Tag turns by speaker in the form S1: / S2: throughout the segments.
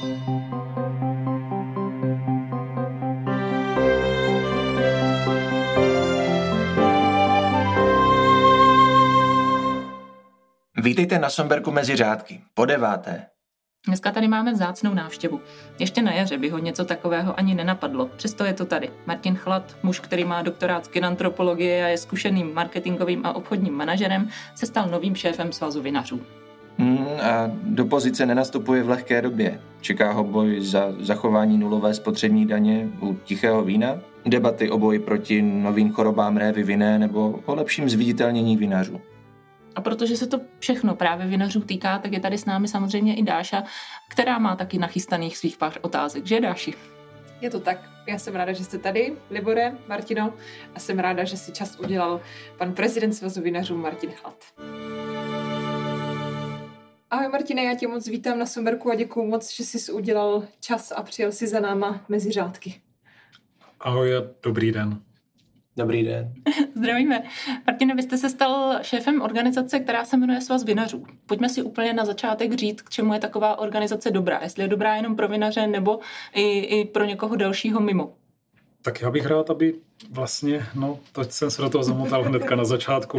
S1: Vítejte na Somberku mezi řádky, po 9.
S2: Dneska tady máme vzácnou návštěvu. Ještě na jaře by ho něco takového ani nenapadlo, přesto je to tady. Martin Chlad, muž, který má doktorát z kinantropologie a je zkušeným marketingovým a obchodním manažerem, se stal novým šéfem Svazu vinařů.
S1: A do pozice nenastupuje v lehké době. Čeká ho boj za zachování nulové spotřební daně u tichého vína, debaty o boji proti novým chorobám révy vinné nebo o lepším zviditelnění vinařů.
S2: A protože se to všechno právě vinařů týká, tak je tady s námi samozřejmě i Dáša, která má taky nachystaných svých pár otázek. Že, Dáši?
S3: Je to tak. Já jsem ráda, že jste tady, Libore, Martino, a jsem ráda, že si čas udělal pan prezident Svazu vinařů Martin Chlad. Ahoj Martine, já tě moc vítám na Somberku a děkuju moc, že jsi udělal čas a přijel si za náma mezi řádky.
S4: Ahoj a dobrý den.
S1: Dobrý den.
S2: Zdravíme. Martine, vy jste se stal šéfem organizace, která se jmenuje Svaz vinařů. Pojďme si úplně na začátek říct, k čemu je taková organizace dobrá. Jestli je dobrá jenom pro vinaře nebo i pro někoho dalšího mimo.
S4: Tak já bych rád, aby vlastně, teď jsem se do toho zamotal hnedka na začátku,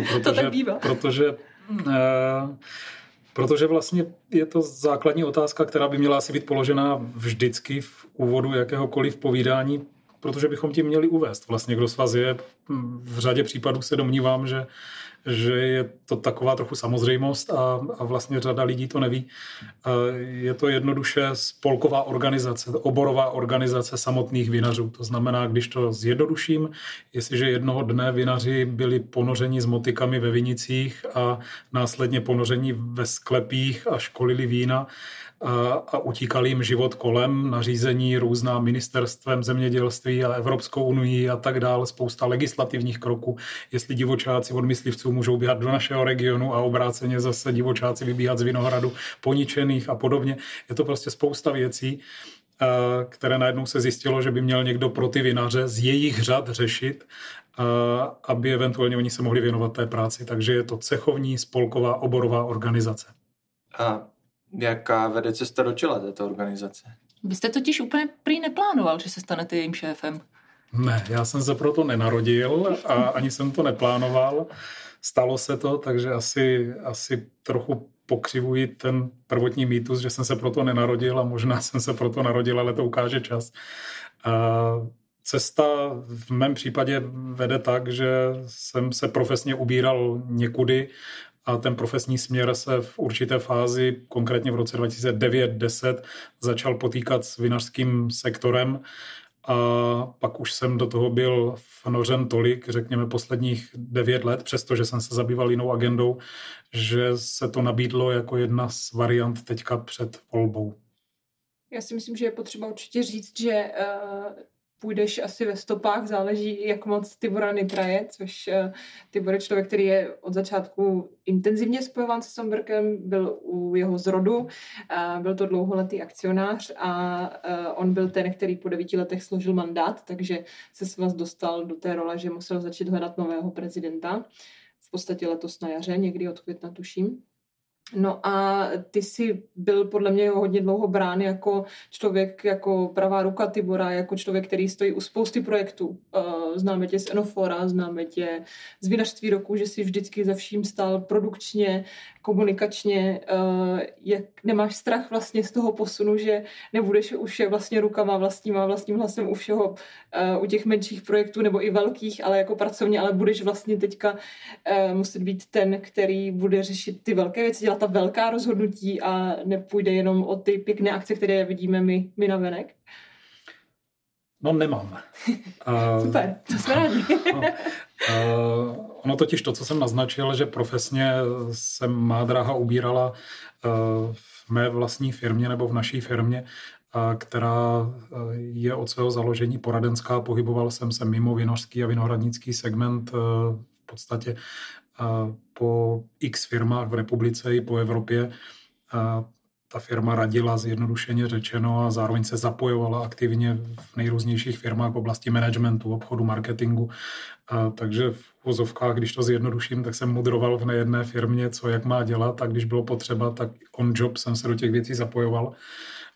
S4: protože vlastně je to základní otázka, která by měla asi být položena vždycky v úvodu jakéhokoliv povídání, protože bychom tím měli uvést vlastně, kdo svaz je. V řadě případů se domnívám, že je to taková trochu samozřejmost a vlastně řada lidí to neví. Je to jednoduše spolková organizace, oborová organizace samotných vinařů. To znamená, když to zjednoduším, jestliže jednoho dne vinaři byli ponořeni s motykami ve vinicích a následně ponořeni ve sklepích a školili vína, a utíkal jim život kolem, nařízení různá ministerstvem zemědělství a Evropskou unii a tak dále, spousta legislativních kroků, jestli divočáci od myslivců můžou běhat do našeho regionu a obráceně zase divočáci vybíhat z vinohradu poničených a podobně. Je to prostě spousta věcí, které najednou se zjistilo, že by měl někdo pro ty vinaře z jejich řad řešit, aby eventuálně oni se mohli věnovat té práci. Takže je to cechovní, spolková, oborová organizace.
S1: A jaká vede cesta do čela této organizace?
S2: Vy jste totiž úplně prý neplánoval, že se stanete jejím šéfem.
S4: Ne, já jsem se proto nenarodil a ani jsem to neplánoval. Stalo se to, takže asi trochu pokřivuji ten prvotní mýtus, že jsem se proto nenarodil a možná jsem se proto narodil, ale to ukáže čas. Cesta v mém případě vede tak, že jsem se profesně ubíral někudy a ten profesní směr se v určité fázi, konkrétně v roce 2009-10, začal potýkat s vinařským sektorem a pak už jsem do toho byl vnořen tolik, řekněme posledních 9 let, přestože jsem se zabýval jinou agendou, že se to nabídlo jako jedna z variant teďka před volbou.
S3: Já si myslím, že je potřeba určitě říct, že půjdeš asi ve stopách, záleží, jak moc Tibora Nytra je, což Tibor je člověk, který je od začátku intenzivně spojován se Somberkem, byl u jeho zrodu, byl to dlouholetý akcionář a on byl ten, který po 9 letech složil mandát, takže se svaz dostal do té role, že musel začít hledat nového prezidenta, v podstatě letos na jaře, někdy od května tuším. No a ty jsi byl podle mě hodně dlouho brán jako člověk, jako pravá ruka Tibora, jako člověk, který stojí u spousty projektů. Známe tě z Enofora, známe tě z Vinařství roku, že jsi vždycky za vším stál produkčně, komunikačně. Jak nemáš strach vlastně z toho posunu, že nebudeš už vlastně rukama vlastním hlasem u všeho, u těch menších projektů nebo i velkých, ale jako pracovně, ale budeš vlastně teďka muset být ten, který bude řešit ty velké věci, dělat ta velká rozhodnutí a nepůjde jenom o ty pěkné akce, které vidíme my navenek?
S4: No nemám.
S3: Super, to jsme rádi.
S4: Ono totiž to, co jsem naznačil, že profesně se má dráha ubírala v mé vlastní firmě nebo v naší firmě, která je od svého založení poradenská. Pohyboval jsem se mimo vinařský a vinohradnický segment v podstatě po x firmách v republice i po Evropě. Ta firma radila, zjednodušeně řečeno, a zároveň se zapojovala aktivně v nejrůznějších firmách v oblasti managementu, obchodu, marketingu. Takže v uvozovkách, když to zjednoduším, tak jsem mudroval v nejedné firmě, co jak má dělat, a když bylo potřeba, tak on job jsem se do těch věcí zapojoval.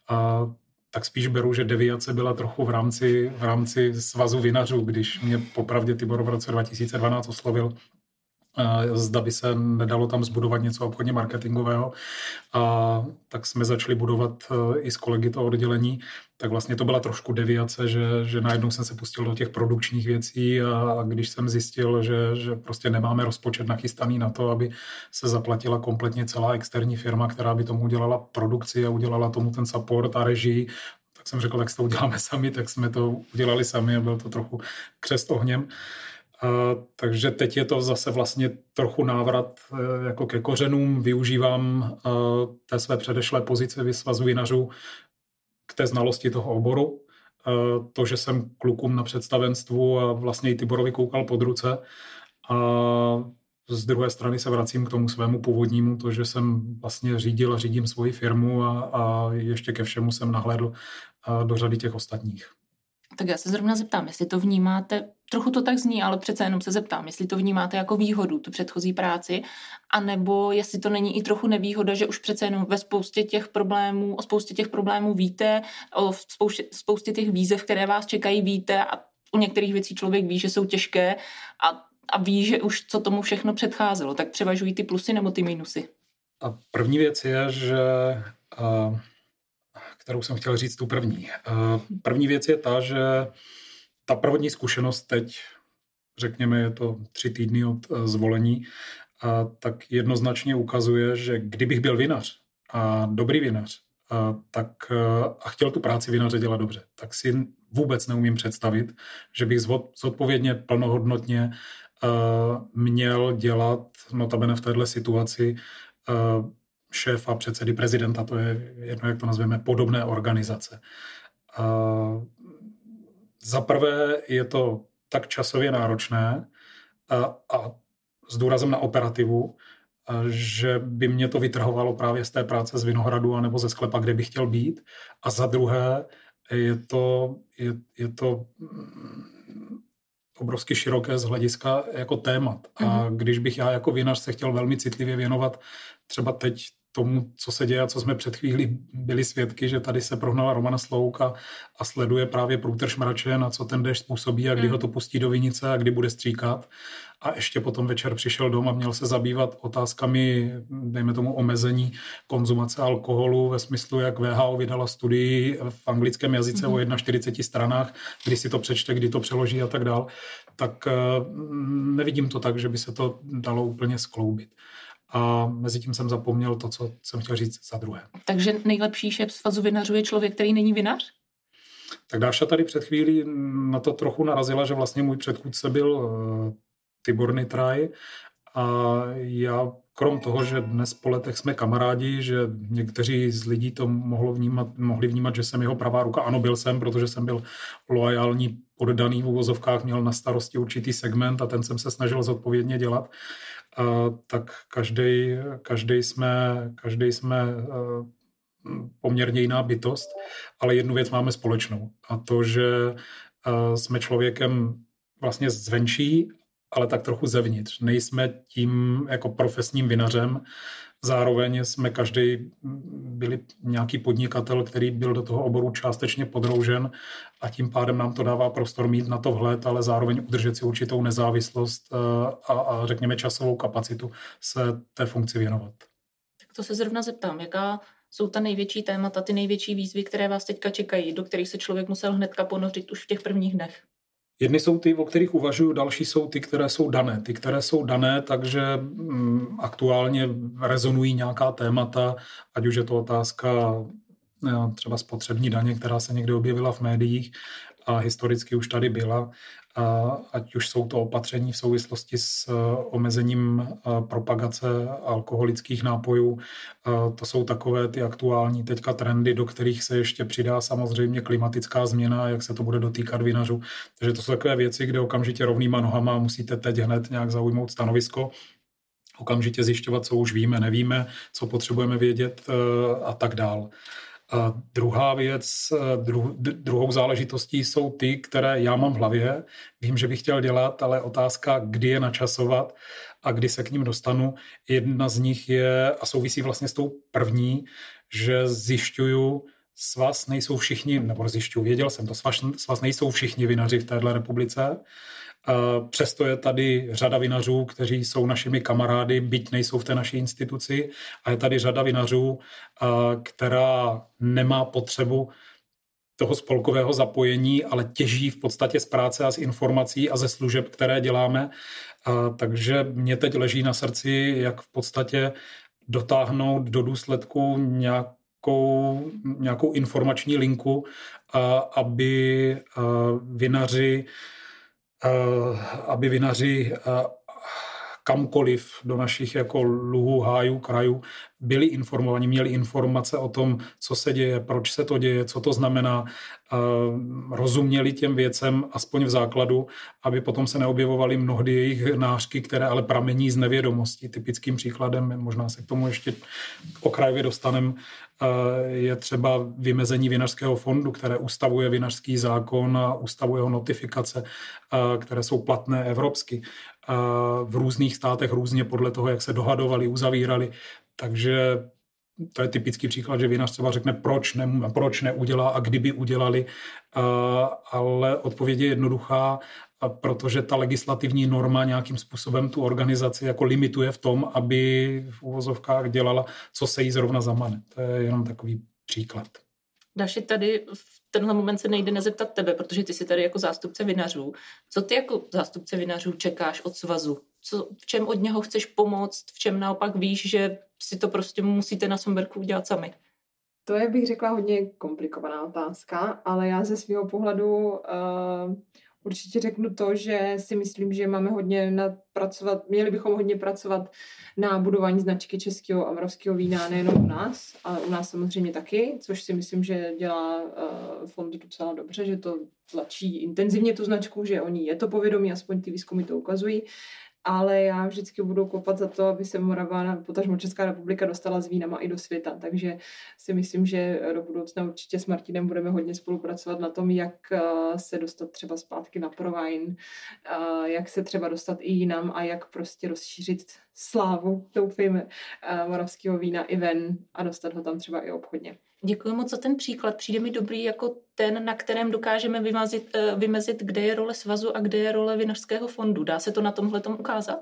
S4: tak spíš beru, že deviace byla trochu v rámci svazu vinařů, když mě popravdě Tibor v roce 2012 oslovil, zda by se nedalo tam zbudovat něco obchodně marketingového. A tak jsme začali budovat i s kolegy to oddělení. Tak vlastně to byla trošku deviace, že najednou jsem se pustil do těch produkčních věcí a když jsem zjistil, že prostě nemáme rozpočet nachystaný na to, aby se zaplatila kompletně celá externí firma, která by tomu udělala produkci a udělala tomu ten support a režii, tak jsem řekl, tak to uděláme sami, tak jsme to udělali sami a byl to trochu křest ohněm. Takže teď je to zase vlastně trochu návrat jako ke kořenům. Využívám té své předešlé pozice ve Svazu vinařů k té znalosti toho oboru. To, že jsem klukům na představenstvu a vlastně i Tiborovi koukal pod ruce. A z druhé strany se vracím k tomu svému původnímu, to, že jsem vlastně řídil a řídím svoji firmu a ještě ke všemu jsem nahlédl do řady těch ostatních.
S2: Tak já se zrovna zeptám, jestli to vnímáte, trochu to tak zní, ale přece jenom se zeptám, jestli to vnímáte jako výhodu, tu předchozí práci, anebo jestli to není i trochu nevýhoda, že už přece jenom o spoustě těch problémů víte, o spoustě těch výzev, které vás čekají, víte a u některých věcí člověk ví, že jsou těžké a ví, že už co tomu všechno předcházelo. Tak převažují ty plusy nebo ty minusy?
S4: A první věc je, že kterou jsem chtěl říct tu první. První věc je ta, že ta prvotní zkušenost teď, řekněme, je to 3 týdny od zvolení, tak jednoznačně ukazuje, že kdybych byl vinař a dobrý vinař a chtěl tu práci vinaře dělat dobře, tak si vůbec neumím představit, že bych zodpovědně, plnohodnotně měl dělat, notabene v téhle situaci, šéfa, předsedy, prezidenta, to je jedno, jak to nazveme, podobné organizace. Za prvé je to tak časově náročné a s důrazem na operativu, že by mě to vytrhovalo právě z té práce z vinohradu anebo ze sklepa, kde bych chtěl být. A za druhé je to obrovsky široké z hlediska jako témat. A když bych já jako vinař se chtěl velmi citlivě věnovat třeba teď tomu, co se děje a co jsme před chvílí byli svědky, že tady se prohnala Romana Slouk a sleduje právě průtrž Šmrače, na co ten déšť způsobí a kdy ho to pustí do vinice a kdy bude stříkat. A ještě potom večer přišel dom a měl se zabývat otázkami, dejme tomu, omezení konzumace alkoholu ve smyslu, jak WHO vydala studii v anglickém jazyce o 41 stranách, kdy si to přečte, kdy to přeloží a tak dál. Tak nevidím to tak, že by se to dalo úplně skloubit. A mezi tím jsem zapomněl to, co jsem chtěl říct za druhé.
S2: Takže nejlepší šéf Svazu vinařů je člověk, který není vinař?
S4: Tak Dáša tady před chvílí na to trochu narazila, že vlastně můj předchůdce byl Tibor Nitraj a já krom toho, že dnes po letech jsme kamarádi, že někteří z lidí to mohli vnímat, že jsem jeho pravá ruka. Ano, byl jsem, protože jsem byl loajální, poddaný v uvozovkách, měl na starosti určitý segment a ten jsem se snažil zodpovědně dělat. Tak každý jsme poměrně jiná bytost, ale jednu věc máme společnou a to, že jsme člověkem vlastně zvenčí, ale tak trochu zevnitř. Nejsme tím jako profesním vinařem, zároveň jsme každý byli nějaký podnikatel, který byl do toho oboru částečně podroužen a tím pádem nám to dává prostor mít na to vhled, ale zároveň udržet si určitou nezávislost a řekněme časovou kapacitu se té funkci věnovat.
S2: Tak to se zrovna zeptám, jaká jsou ta největší témata, ty největší výzvy, které vás teďka čekají, do kterých se člověk musel hnedka ponořit už v těch prvních dnech?
S4: Jedny jsou ty, o kterých uvažuju, další jsou ty, které jsou dané. Ty, které jsou dané, takže aktuálně rezonují nějaká témata, ať už je to otázka třeba spotřební daně, která se někde objevila v médiích a historicky už tady byla, ať už jsou to opatření v souvislosti s omezením propagace alkoholických nápojů. To jsou takové ty aktuální teďka trendy, do kterých se ještě přidá samozřejmě klimatická změna, jak se to bude dotýkat vinařů. Takže to jsou takové věci, kde okamžitě rovnýma nohama musíte teď hned nějak zaujmout stanovisko, okamžitě zjišťovat, co už víme, nevíme, co potřebujeme vědět a tak dál. A druhá věc, druhou záležitostí jsou ty, které já mám v hlavě. Vím, že bych chtěl dělat, ale otázka, kdy je načasovat a kdy se k ním dostanu. Jedna z nich je, a souvisí vlastně s tou první, že zjišťuju, svaz nejsou všichni, nebo zjišťuji, věděl jsem to, svaz nejsou všichni vinaři v téhle republice. Přesto je tady řada vinařů, kteří jsou našimi kamarády, byť nejsou v té naší instituci. A je tady řada vinařů, která nemá potřebu toho spolkového zapojení, ale těží v podstatě z práce a z informací a ze služeb, které děláme. Takže mě teď leží na srdci, jak v podstatě dotáhnout do důsledku nějakou informační linku, aby vinaři kamkoliv do našich jako luhů, hájů, krajů byli informovaní, měli informace o tom, co se děje, proč se to děje, co to znamená, rozuměli těm věcem aspoň v základu, aby potom se neobjevovaly mnohdy jejich nářky, které ale pramení z nevědomosti. Typickým příkladem, možná se k tomu ještě okrajově dostaneme, je třeba vymezení vinařského fondu, které ustavuje vinařský zákon a ustavuje jeho notifikace, které jsou platné evropsky. V různých státech různě podle toho, jak se dohadovali, uzavírali. Takže to je typický příklad, že vinař třeba řekne, proč neudělá a kdyby udělali, ale odpověď je jednoduchá, protože ta legislativní norma nějakým způsobem tu organizaci jako limituje v tom, aby v uvozovkách dělala, co se jí zrovna zamane. To je jenom takový příklad.
S2: Daši, tady v tenhle moment se nejde nezeptat tebe, protože ty jsi tady jako zástupce vinařů. Co ty jako zástupce vinařů čekáš od svazu? V čem od něho chceš pomoct? V čem naopak víš, že si to prostě musíte na Somberku udělat sami?
S3: To je, bych řekla, hodně komplikovaná otázka, ale já ze svého pohledu určitě řeknu to, že si myslím, že měli bychom hodně pracovat na budování značky českého a moravského vína nejenom u nás, ale u nás samozřejmě taky, což si myslím, že dělá fond docela dobře, že to tlačí intenzivně tu značku, že oni je to povědomí, aspoň ty výzkumy to ukazují. Ale já vždycky budu kopat za to, aby se Morava, potažmo Česká republika dostala s vínama i do světa. Takže si myslím, že do budoucna určitě s Martinem budeme hodně spolupracovat na tom, jak se dostat třeba zpátky na ProWein, jak se třeba dostat i jinam a jak prostě rozšířit slávu, doufejme, moravského vína i ven a dostat ho tam třeba i obchodně.
S2: Děkuji moc za ten příklad. Přijde mi dobrý jako ten, na kterém dokážeme vymezit, kde je role svazu a kde je role vinařského fondu. Dá se to na tomhletom ukázat?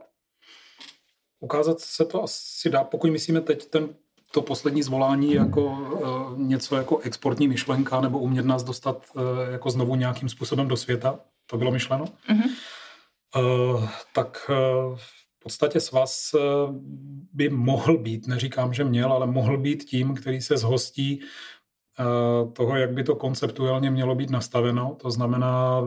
S4: Ukázat se to asi dá, pokud myslíme teď to poslední zvolání jako něco jako exportní myšlenka nebo umět nás dostat jako znovu nějakým způsobem do světa. To bylo myšleno? Mm-hmm. Tak v podstatě svaz by mohl být, neříkám, že měl, ale mohl být tím, který se zhostí toho, jak by to konceptuálně mělo být nastaveno. To znamená,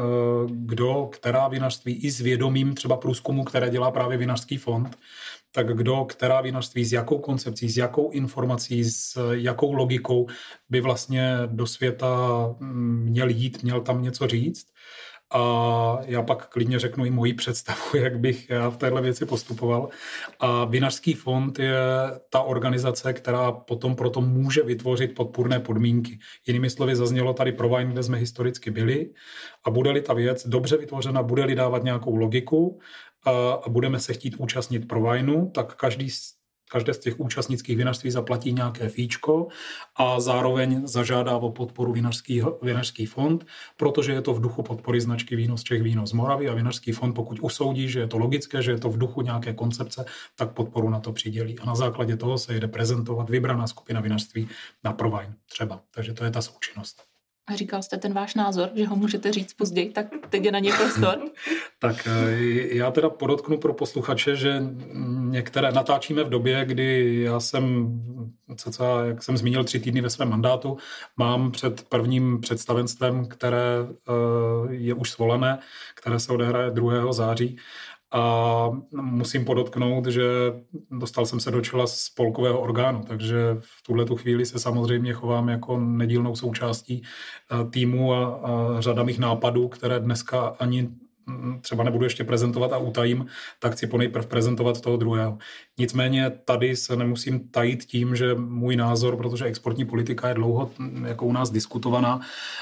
S4: která vinařství i s vědomím třeba průzkumu, které dělá právě Vinařský fond, tak která vinařství s jakou koncepcí, s jakou informací, s jakou logikou by vlastně do světa měl jít, měl tam něco říct. A já pak klidně řeknu i moji představu, jak bych já v téhle věci postupoval. A Vinařský fond je ta organizace, která potom proto může vytvořit podpůrné podmínky. Jinými slovy zaznělo tady ProWein, kde jsme historicky byli, a bude-li ta věc dobře vytvořena, bude-li dávat nějakou logiku a budeme se chtít účastnit ProWeinu, tak každé z těch účastnických vinařství zaplatí nějaké fíčko a zároveň zažádá o podporu Vinařský fond, protože je to v duchu podpory značky Víno z Čech, Víno z Moravy a Vinařský fond, pokud usoudí, že je to logické, že je to v duchu nějaké koncepce, tak podporu na to přidělí. A na základě toho se jde prezentovat vybraná skupina vinařství na ProWein třeba. Takže to je ta součinnost.
S2: A říkal jste ten váš názor, že ho můžete říct později, tak teď je na něj prostor.
S4: Tak já teda podotknu pro posluchače, že některé natáčíme v době, kdy já jsem, jak jsem zmínil, 3 týdny ve svém mandátu, mám před prvním představenstvem, které je už svolené, které se odehraje 2. září. A musím podotknout, že dostal jsem se do čela spolkového orgánu, takže v tuhletu chvíli se samozřejmě chovám jako nedílnou součástí týmu a řada mých nápadů, které dneska ani třeba nebudu ještě prezentovat a utajím, tak chci ponejprv prezentovat toho druhého. Nicméně tady se nemusím tajit tím, že můj názor, protože exportní politika je dlouho jako u nás diskutovaná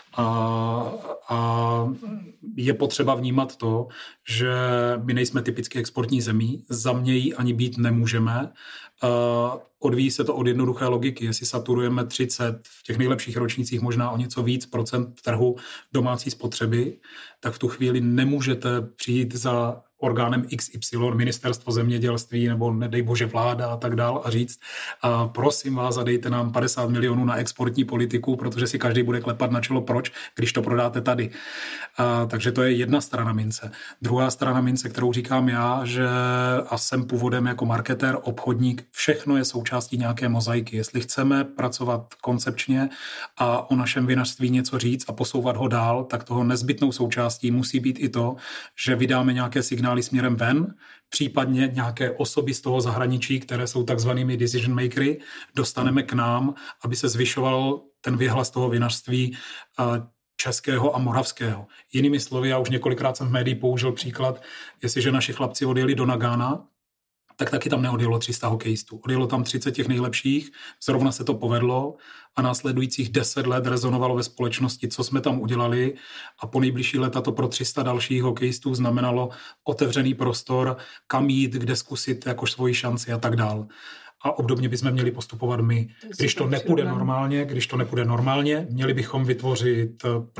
S4: a je potřeba vnímat to, že my nejsme typicky exportní zemí, za mě ji ani být nemůžeme Odvíjí se to od jednoduché logiky. Jestli saturujeme 30, v těch nejlepších ročnících možná o něco víc procent trhu domácí spotřeby, tak v tu chvíli nemůžete přijít za orgánem XY, ministerstvo zemědělství nebo nedej bože vláda a tak dál a říct prosím vás, dejte nám 50 milionů na exportní politiku, protože si každý bude klepat na čelo proč, když to prodáte tady. Takže to je jedna strana mince. Druhá strana mince, kterou říkám já, že a jsem původem jako marketér, obchodník, všechno je součástí nějaké mozaiky. Jestli chceme pracovat koncepčně a o našem vinařství něco říct a posouvat ho dál, tak toho nezbytnou součástí musí být i to, že vydáme nějaké signály směrem ven, případně nějaké osoby z toho zahraničí, které jsou takzvanými decision makery, dostaneme k nám, aby se zvyšoval ten věhlas toho vinařství českého a moravského. Jinými slovy, já už několikrát jsem v médiích použil příklad, jestliže naši chlapci odjeli do Nagana, tak taky tam neodjelo 300 hokejistů. Odjelo tam 30 těch nejlepších, zrovna se to povedlo a následujících 10 let rezonovalo ve společnosti, co jsme tam udělali a po nejbližší léta to pro 300 dalších hokejistů znamenalo otevřený prostor, kam jít, kde zkusit jako svoji šanci a tak dál. A obdobně bychom měli postupovat my. Když to nepůjde normálně, měli bychom vytvořit,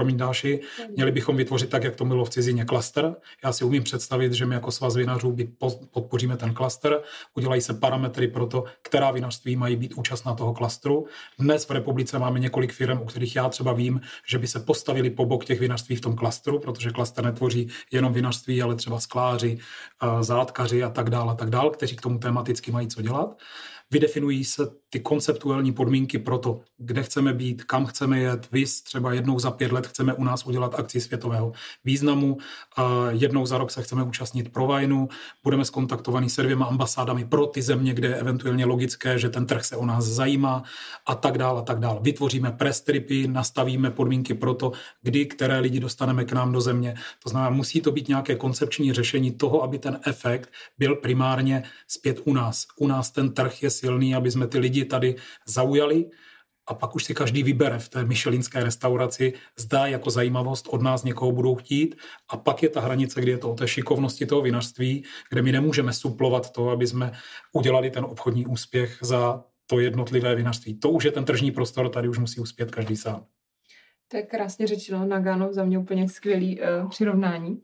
S4: měli bychom vytvořit tak, jak to bylo v cizině, klaster. Já si umím představit, že my jako svaz vinařů podpoříme ten klaster, udělají se parametry pro to, která vinařství mají být účastná toho klastru. Dnes v republice máme několik firm, u kterých já třeba vím, že by se postavili po bok těch vinařství v tom klastru, protože klaster netvoří jenom vinařství, ale třeba skláři, zátkaři a tak dál, kteří k tomu tematicky mají co dělat. Vydefinují se ty konceptuální podmínky pro to, kde chceme být, kam chceme jet. Vys třeba jednou za 5 let chceme u nás udělat akci světového významu, jednou za rok se chceme účastnit pro Vineu, budeme skontaktovaní se 2 ambasádami pro ty země, kde je eventuálně logické, že ten trh se o nás zajímá a tak dál a tak dál. Vytvoříme press tripy, nastavíme podmínky pro to, kdy které lidi dostaneme k nám do země. To znamená, musí to být nějaké koncepční řešení toho, aby ten efekt byl primárně zpět u nás. U nás ten trh je silný, aby jsme ty lidi tady zaujali a pak už si každý vybere v té michelinské restauraci, zda jako zajímavost od nás někoho budou chtít a pak je ta hranice, kdy je to o té šikovnosti toho vinařství, kde my nemůžeme suplovat to, aby jsme udělali ten obchodní úspěch za to jednotlivé vinařství. To už je ten tržní prostor, tady už musí uspět každý sám.
S3: To je krásně řečeno, Nagano, za mě úplně skvělý přirovnání.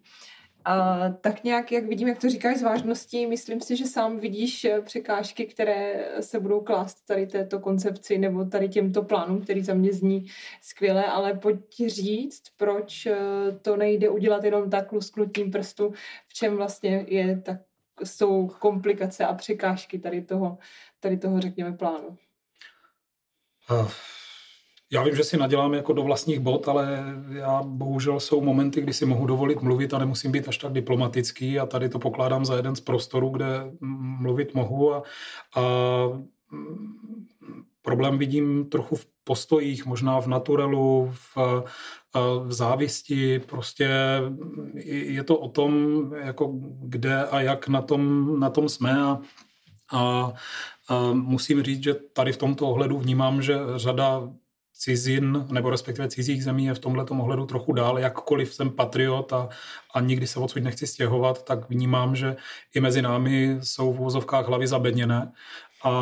S3: Tak nějak, jak vidím, jak to říkáš s vážností, myslím si, že sám vidíš překážky, které se budou klást tady této koncepci nebo tady těmto plánům, který za mě zní skvěle, ale pojď říct, proč to nejde udělat jenom tak lusknutím prstu, v čem vlastně jsou komplikace a překážky tady toho řekněme, plánu.
S4: Já vím, že si nadělám jako do vlastních bod, ale já bohužel jsou momenty, kdy si mohu dovolit mluvit a nemusím být až tak diplomatický a tady to pokládám za jeden z prostorů, kde mluvit mohu a problém vidím trochu v postojích, možná v naturelu, v závisti, prostě je to o tom, jako kde a jak na tom jsme a musím říct, že tady v tomto ohledu vnímám, že řada cizin, nebo respektive cizích zemí je v tomhletom ohledu trochu dál, jakkoliv jsem patriot a nikdy se odsud nechci stěhovat, tak vnímám, že i mezi námi jsou v uvozovkách hlavy zabedněné a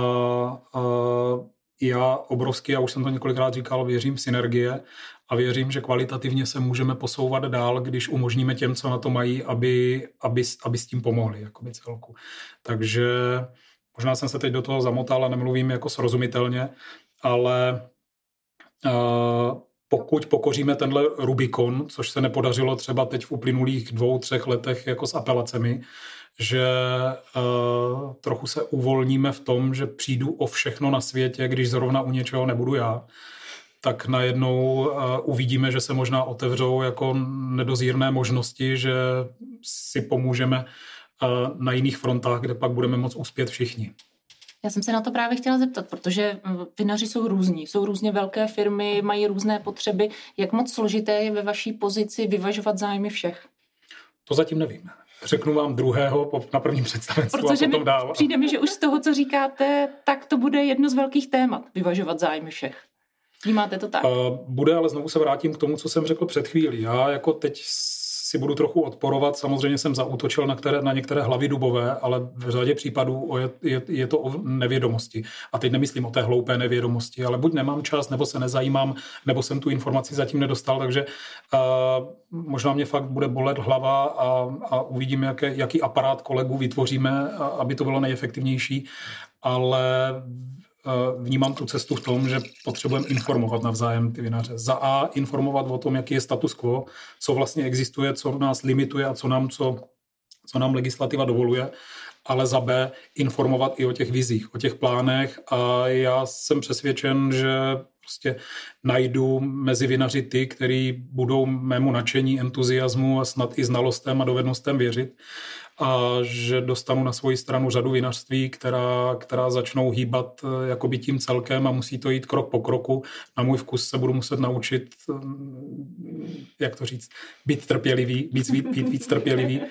S4: já obrovsky, já už jsem to několikrát říkal, věřím v synergie a věřím, že kvalitativně se můžeme posouvat dál, když umožníme těm, co na to mají, aby s tím pomohli, jakoby celku. Takže možná jsem se teď do toho zamotal a nemluvím jako srozumitelně, ale pokud pokoříme tenhle Rubikon, což se nepodařilo třeba teď v uplynulých 2-3 letech jako s apelacemi, že trochu se uvolníme v tom, že přijdu o všechno na světě, když zrovna u něčeho nebudu já, tak najednou uvidíme, že se možná otevřou jako nedozírné možnosti, že si pomůžeme na jiných frontách, kde pak budeme moct uspět všichni.
S2: Já jsem se na to právě chtěla zeptat, protože vinaři jsou různí, jsou různě velké firmy, mají různé potřeby. Jak moc složité je ve vaší pozici vyvažovat zájmy všech?
S4: To zatím nevím. Řeknu vám druhého na prvním představenstvu
S2: protože
S4: a potom dál.
S2: Přijde mi, že už z toho, co říkáte, tak to bude jedno z velkých témat, vyvažovat zájmy všech. Vnímáte to tak?
S4: Bude, ale znovu se vrátím k tomu, co jsem řekl před chvílí. Já jako teď si budu trochu odporovat. Samozřejmě jsem zaútočil na některé hlavy dubové, ale v řadě případů je to o nevědomosti. A teď nemyslím o té hloupé nevědomosti, ale buď nemám čas, nebo se nezajímám, nebo jsem tu informaci zatím nedostal, takže možná mě fakt bude bolet hlava a uvidíme, jaký aparát kolegů vytvoříme, aby to bylo nejefektivnější, ale vnímám tu cestu v tom, že potřebujeme informovat navzájem ty vinaře. Za A informovat o tom, jaký je status quo, co vlastně existuje, co nás limituje a co nám legislativa dovoluje, ale za B informovat i o těch vizích, o těch plánech a já jsem přesvědčen, že prostě najdu mezi vinaři ty, kteří budou mému nadšení, entuziasmu a snad i znalostem a dovednostem věřit a že dostanu na svoji stranu řadu vinařství, která začnou hýbat jakoby tím celkem a musí to jít krok po kroku. Na můj vkus se budu muset naučit, jak to říct, být trpělivý, být víc trpělivý.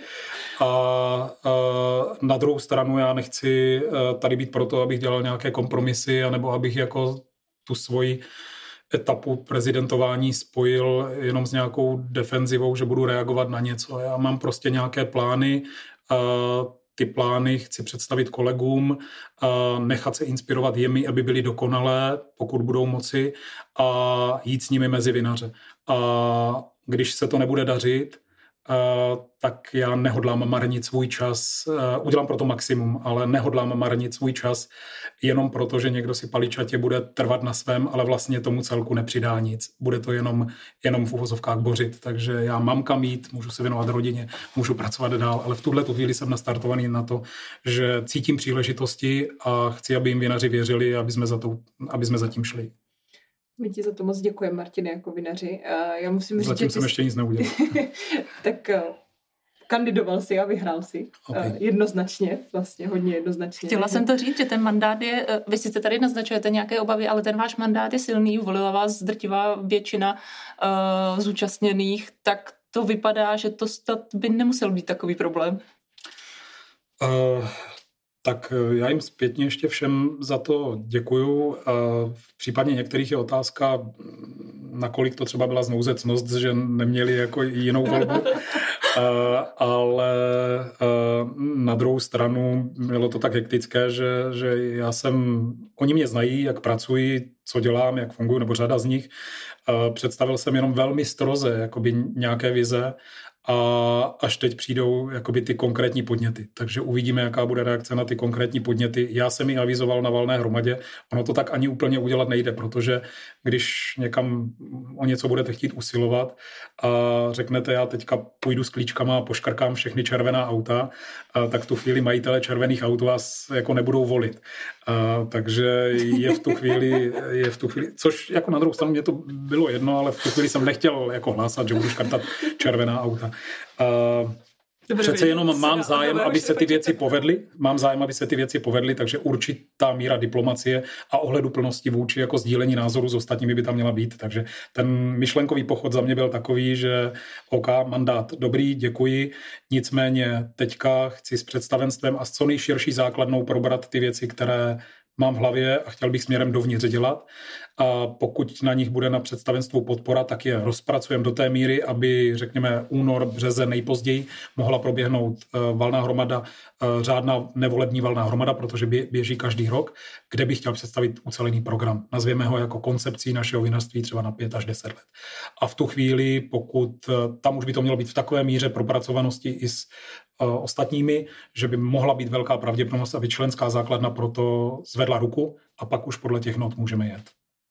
S4: A na druhou stranu já nechci tady být proto, abych dělal nějaké kompromisy, anebo abych jako tu svoji etapu prezidentování spojil jenom s nějakou defenzivou, že budu reagovat na něco. Já mám prostě nějaké plány, ty plány chci představit kolegům, nechat se inspirovat jimi, aby byly dokonalé, pokud budou moci, a jít s nimi mezi vinaře. A když se to nebude dařit, tak já nehodlám marnit svůj čas. Udělám pro to maximum, ale nehodlám marnit svůj čas jenom proto, že někdo si paličatě bude trvat na svém, ale vlastně tomu celku nepřidá nic. Bude to jenom v uvozovkách bořit. Takže já mám kam jít, můžu se věnovat rodině, můžu pracovat dál, ale v tuhletu chvíli jsem nastartovaný na to, že cítím příležitosti a chci, aby jim vinaři věřili, aby jsme za tím šli.
S3: My ti za to moc děkujeme, Martine, jako vinaři. Já musím říct,
S4: zatím jsem ještě nic neudělal.
S3: Tak kandidoval si a vyhrál si.
S4: Okay.
S3: Jednoznačně, vlastně hodně jednoznačně.
S2: Chtěla jsem to říct, že ten mandát je, vy sice tady naznačujete nějaké obavy, ale ten váš mandát je silný, volila vás drtivá většina zúčastněných, tak to vypadá, že to by nemusel být takový problém.
S4: Tak já jim zpětně ještě všem za to děkuju. V případě některých je otázka, nakolik to třeba byla znouzecnost, že neměli jako jinou volbu. Ale na druhou stranu bylo to tak hektické, že oni mě znají, jak pracuji, co dělám, jak funguji, nebo řada z nich. Představil jsem jenom velmi stroze jakoby nějaké vize a až teď přijdou jakoby ty konkrétní podněty. Takže uvidíme, jaká bude reakce na ty konkrétní podněty. Já jsem ji avizoval na valné hromadě. Ono to tak ani úplně udělat nejde, protože když někam o něco budete chtít usilovat a řeknete, já teďka půjdu s klíčkama a poškrkám všechny červená auta, tak v tu chvíli majitele červených aut vás jako nebudou volit. Takže je v tu chvíli, což jako na druhou stranu mě to bylo jedno, ale v tu chvíli jsem nechtěl jako hlásat, že budu škrtat červená auta. Přece jenom mám zájem, aby se ty věci povedly, takže určitá míra diplomacie a ohleduplnosti vůči jako sdílení názoru s ostatními by tam měla být. Takže ten myšlenkový pochod za mě byl takový, že OK, mandát dobrý, děkuji, nicméně teďka chci s představenstvem a s co nejširší základnou probrat ty věci, které mám v hlavě a chtěl bych směrem dovnitř dělat. A pokud na nich bude na představenstvu podpora, tak je rozpracujeme do té míry, aby, řekněme, únor, březen nejpozději mohla proběhnout valná hromada, řádná nevolební valná hromada, protože běží každý rok, kde bych chtěl představit ucelený program. Nazvěme ho jako koncepcí našeho vinařství třeba na 5 až 10 let. A v tu chvíli, pokud tam už by to mělo být v takové míře propracovanosti i s ostatními, že by mohla být velká pravděpodobnost, aby členská základna proto zvedla ruku a pak už podle těch not můžeme jet.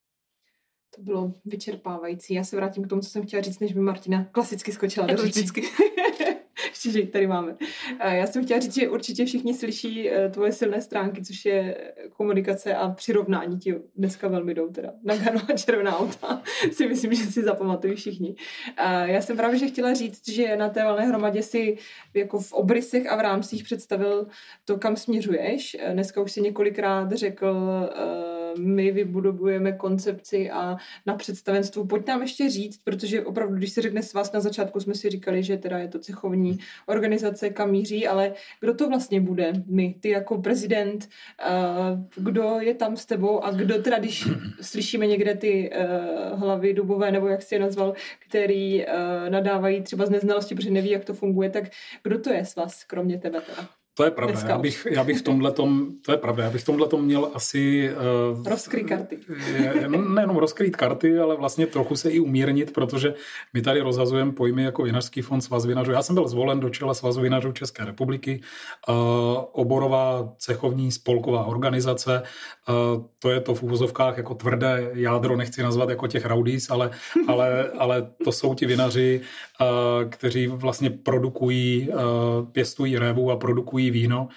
S3: To bylo vyčerpávající. Já se vrátím k tomu, co jsem chtěla říct, než by Martina klasicky skočila do řeči. Ještě, že ji tady máme. Já jsem chtěla říct, že určitě všichni slyší tvoje silné stránky, což je komunikace a přirovnání. Ti dneska velmi jdou teda. Nagano a červená auta si myslím, že si zapamatují všichni. Já jsem právě že chtěla říct, že na té valné hromadě si jako v obrysech a v rámcích představil to, kam směřuješ. Dneska už si několikrát řekl my vybudujeme koncepci a na představenstvu. Pojď nám ještě říct, protože opravdu, když se řekne svaz, na začátku jsme si říkali, že teda je to cechovní organizace, kam míří, ale kdo to vlastně bude? My, ty jako prezident, kdo je tam s tebou a kdo teda, když slyšíme někde ty hlavy dubové, nebo jak jsi je nazval, který nadávají třeba z neznalosti, protože neví, jak to funguje, tak kdo to je svaz, kromě tebe teda?
S4: To je pravda. Já bych v tomhletom měl asi...
S3: rozkrýt karty.
S4: Nejenom rozkrýt karty, ale vlastně trochu se i umírnit, protože my tady rozhazujeme pojmy jako Vinařský fond, Svaz vinařů. Já jsem byl zvolen do čela Svazu vinařů České republiky, oborová cechovní spolková organizace. To je to v úvozovkách jako tvrdé jádro, nechci nazvat jako těch rowdies, ale to jsou ti vinaři, kteří vlastně produkují, pěstují révu a produkují víno.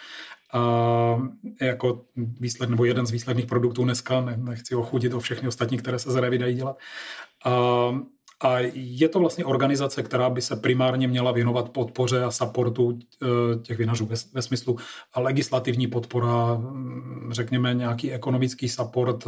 S4: Jako výsled, nebo jeden z výsledných produktů dneska, nechci ochudit o všechny ostatní, které se z révy dají dělat. A je to vlastně organizace, která by se primárně měla věnovat podpoře a supportu těch vinařů ve smyslu legislativní podpora, řekněme nějaký ekonomický support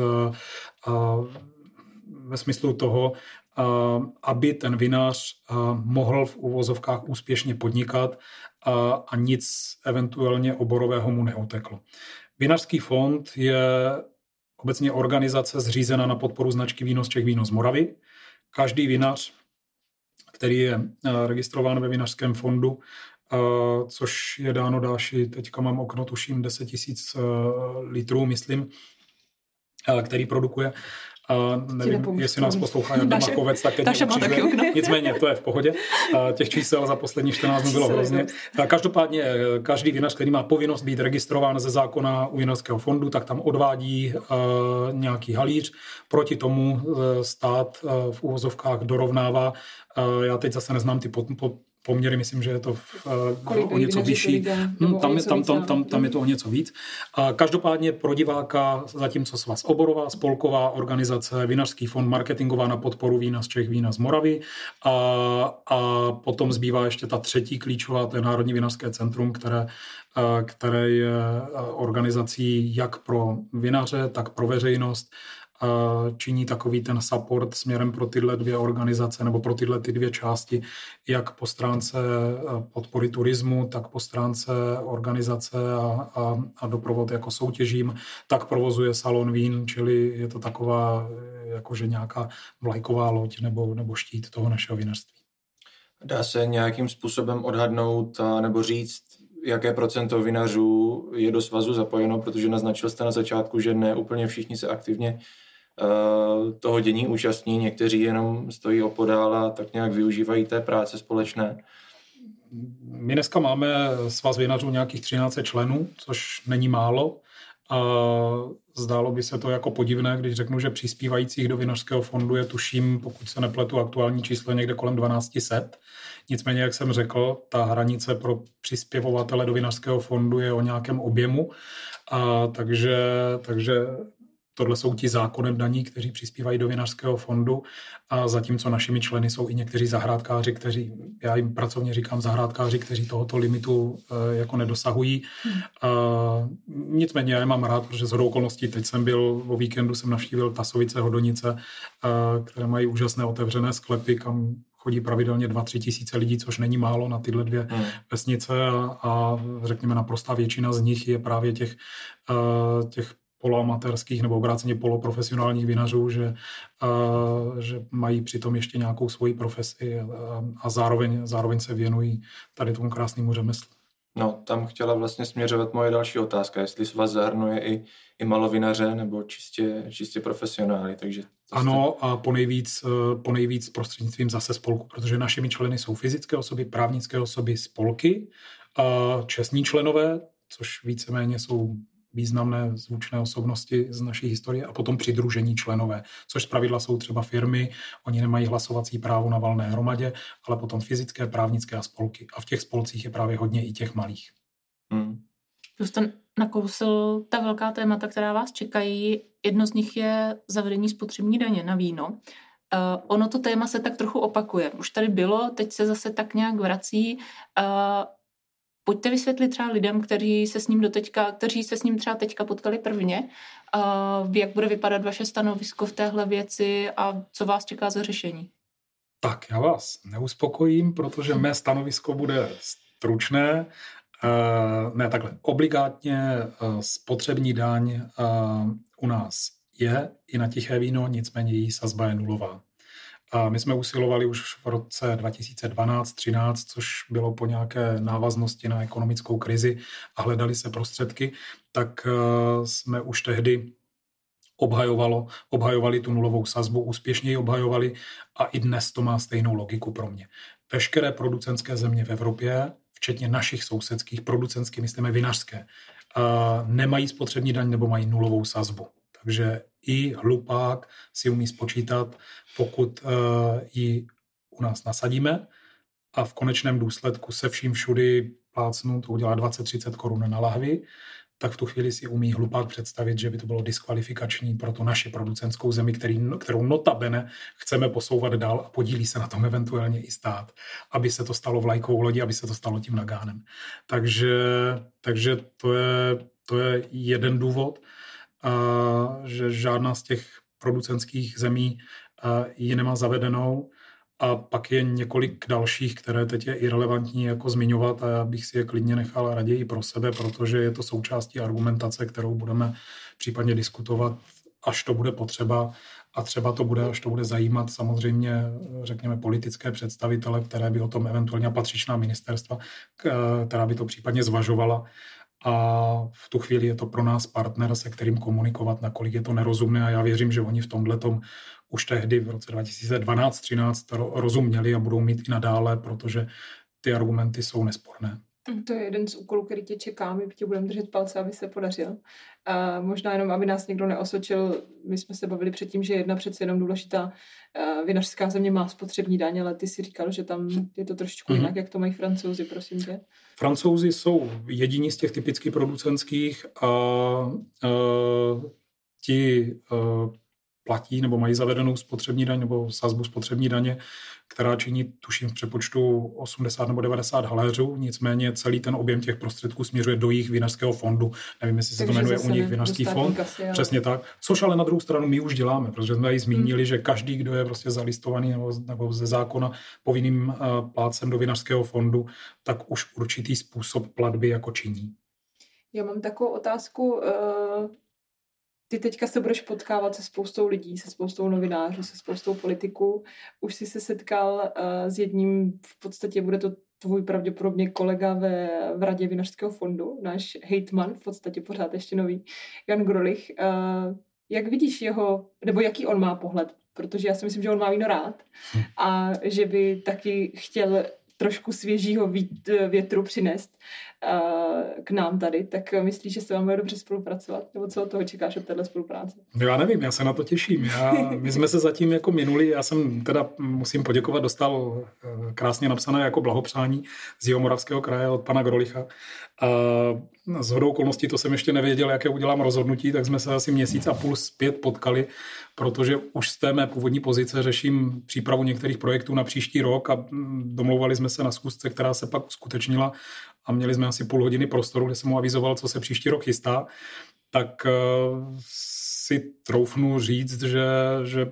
S4: ve smyslu toho, aby ten vinař mohl v uvozovkách úspěšně podnikat a nic eventuálně oborového mu neuteklo. Vinařský fond je obecně organizace zřízená na podporu značky Víno z Čech, Víno z Moravy. Každý vinař, který je registrován ve Vinařském fondu, což je dáno dáši, teďka mám okno, tuším 10 000 litrů, myslím, který produkuje. Nevím, jestli nás poslouchá Jarda Machovec, tak teď mě nicméně to je v pohodě. Těch čísel za poslední 14 dnů bylo hrozně. Každopádně každý vinař, který má povinnost být registrován ze zákona u Vinařského fondu, tak tam odvádí nějaký halíř. Proti tomu stát v uvozovkách dorovnává. Já teď zase neznám ty poměry, myslím, že je to o něco vyšší. Tam je to o něco víc. Každopádně pro diváka, zatímco Svaz oborová, spolková organizace, Vinařský fond, marketingová na podporu vína z Čech, vína z Moravy a potom zbývá ještě ta třetí klíčová, to je Národní vinařské centrum, které je organizací jak pro vinaře, tak pro veřejnost, činí takový ten support směrem pro tyhle dvě organizace nebo pro tyhle ty dvě části, jak po stránce podpory turismu, tak po stránce organizace a doprovod jako soutěžím, tak provozuje salon vín, čili je to taková jakože nějaká vlajková loď nebo štít toho našeho vinařství.
S1: Dá se nějakým způsobem odhadnout nebo říct, jaké procento vinařů je do svazu zapojeno, protože naznačil jste na začátku, že ne úplně všichni se aktivně toho dění účastní, někteří jenom stojí opodál a tak nějak využívají té práce společné.
S4: My dneska máme svaz vinařů nějakých 13 členů, což není málo. A zdálo by se to jako podivné, když řeknu, že přispívajících do Vinařského fondu je, tuším, pokud se nepletu, aktuální číslo někde kolem 1200. Nicméně, jak jsem řekl, ta hranice pro přispěvovatele do Vinařského fondu je o nějakém objemu. Takže tohle jsou ti zákonem daní, kteří přispívají do Vinařského fondu, a zatímco našimi členy jsou i někteří zahrádkáři, kteří, já jim pracovně říkám zahrádkáři, kteří tohoto limitu jako nedosahují. Nicméně já je mám rád, protože shodou okolností teď jsem byl, o víkendu jsem navštívil Tasovice, Hodonice, které mají úžasné otevřené sklepy, kam chodí pravidelně 2-3 tisíce lidí, což není málo na tyhle dvě vesnice a řekněme naprostá většina z nich je právě těch poloamatérských nebo obráceně poloprofesionálních vinařů, že mají přitom ještě nějakou svoji profesi a zároveň se věnují tady tomu krásnému řemeslu.
S1: No, tam chtěla vlastně směřovat moje další otázka, jestli svaz zahrnuje i malovinaře nebo čistě profesionály. Takže
S4: ano, a po nejvíc prostřednictvím zase spolku, protože našimi členy jsou fyzické osoby, právnické osoby, spolky, a čestní členové, což víceméně jsou významné zvučné osobnosti z naší historie, a potom přidružení členové, což zpravidla jsou třeba firmy, oni nemají hlasovací právo na valné hromadě, ale potom fyzické, právnické a spolky. A v těch spolcích je právě hodně i těch malých.
S2: Už jste nakousil ta velká témata, která vás čekají. Jedno z nich je zavedení spotřební daně na víno. Ono to téma se tak trochu opakuje. Už tady bylo, teď se zase tak nějak vrací. Pojďte vysvětlit třeba lidem, kteří se s ním třeba teďka potkali prvně, jak bude vypadat vaše stanovisko v téhle věci a co vás čeká za řešení.
S4: Tak, já vás neuspokojím, protože mé stanovisko bude stručné. Ne, takhle. Obligátně spotřební daň u nás je i na tiché víno, nicméně její sazba je nulová. A my jsme usilovali už v roce 2012-13, což bylo po nějaké návaznosti na ekonomickou krizi a hledali se prostředky, tak jsme už tehdy obhajovali tu nulovou sazbu, úspěšně ji obhajovali a i dnes to má stejnou logiku pro mě. Veškeré producentské země v Evropě, včetně našich sousedských, producentské, myslíme vinařské, nemají spotřební daň nebo mají nulovou sazbu. Takže i hlupák si umí spočítat, pokud ji u nás nasadíme a v konečném důsledku se vším všudy plácnu, to udělá 20-30 korun na lahvi, tak v tu chvíli si umí hlupák představit, že by to bylo diskvalifikační pro tu naši producentskou zemi, kterou notabene chceme posouvat dál a podílí se na tom eventuálně i stát, aby se to stalo vlajkovou lodí, aby se to stalo tím Nagánem. Takže to je jeden důvod, že žádná z těch producentských zemí ji nemá zavedenou. A pak je několik dalších, které teď je irelevantní jako zmiňovat a já bych si je klidně nechal raději pro sebe, protože je to součástí argumentace, kterou budeme případně diskutovat, až to bude potřeba a třeba to bude, až to bude zajímat samozřejmě, řekněme, politické představitele, které by o tom eventuálně patřičná ministerstva, která by to případně zvažovala. A v tu chvíli je to pro nás partner, se kterým komunikovat, nakolik je to nerozumné a já věřím, že oni v tomhletom už tehdy v roce 2012-13 rozuměli a budou mít i nadále, protože ty argumenty jsou nesporné.
S3: To je jeden z úkolů, který tě čeká, my tě budeme držet palce, aby se podařil. A možná jenom, aby nás někdo neosočil, my jsme se bavili předtím, že jedna přece jenom důležitá vinařská země má spotřební daň, ale ty si říkal, že tam je to trošičku jinak, jak to mají Francouzi, prosím tě.
S4: Francouzi jsou jediní z těch typicky producentských a ti platí nebo mají zavedenou spotřební daň nebo sazbu spotřební daně, která činí, tuším, v přepočtu 80 nebo 90 haléřů, nicméně celý ten objem těch prostředků směřuje do jejich vinařského fondu. Nevím, jestli se to jmenuje u nich vinařský fond. Kasy, ale... Přesně tak. Což ale na druhou stranu my už děláme, protože jsme tady zmínili, že každý, kdo je prostě zalistovaný nebo ze zákona povinným plátcem do vinařského fondu, tak už určitý způsob platby jako činí.
S3: Já mám takovou otázku. Ty teďka se budeš potkávat se spoustou lidí, se spoustou novinářů, se spoustou politiků. Už jsi se setkal s jedním, v podstatě bude to tvůj pravděpodobně kolega v Radě vinařského fondu, náš hejtman, v podstatě pořád ještě nový, Jan Grolich. Jak vidíš jeho, nebo jaký on má pohled? Protože já si myslím, že on má víno rád a že by taky chtěl trošku svěžího větru přinést k nám tady, tak myslíš, že se vám bude dobře spolupracovat? Nebo co od toho čekáš od téhle spolupráce?
S4: Já nevím, já se na to těším. My jsme se zatím jako minuli, já jsem teda, musím poděkovat, dostal krásně napsané jako blahopřání z Jihomoravského kraje od pana Grolicha. A shodou okolností to jsem ještě nevěděl, jaké udělám rozhodnutí, tak jsme se asi měsíc a půl zpět potkali, protože už z té mé původní pozice řeším přípravu některých projektů na příští rok a domlouvali jsme se na schůzce, která se pak uskutečnila a měli jsme asi půl hodiny prostoru, kde jsem mu avizoval, co se příští rok chystá, tak si troufnu říct, že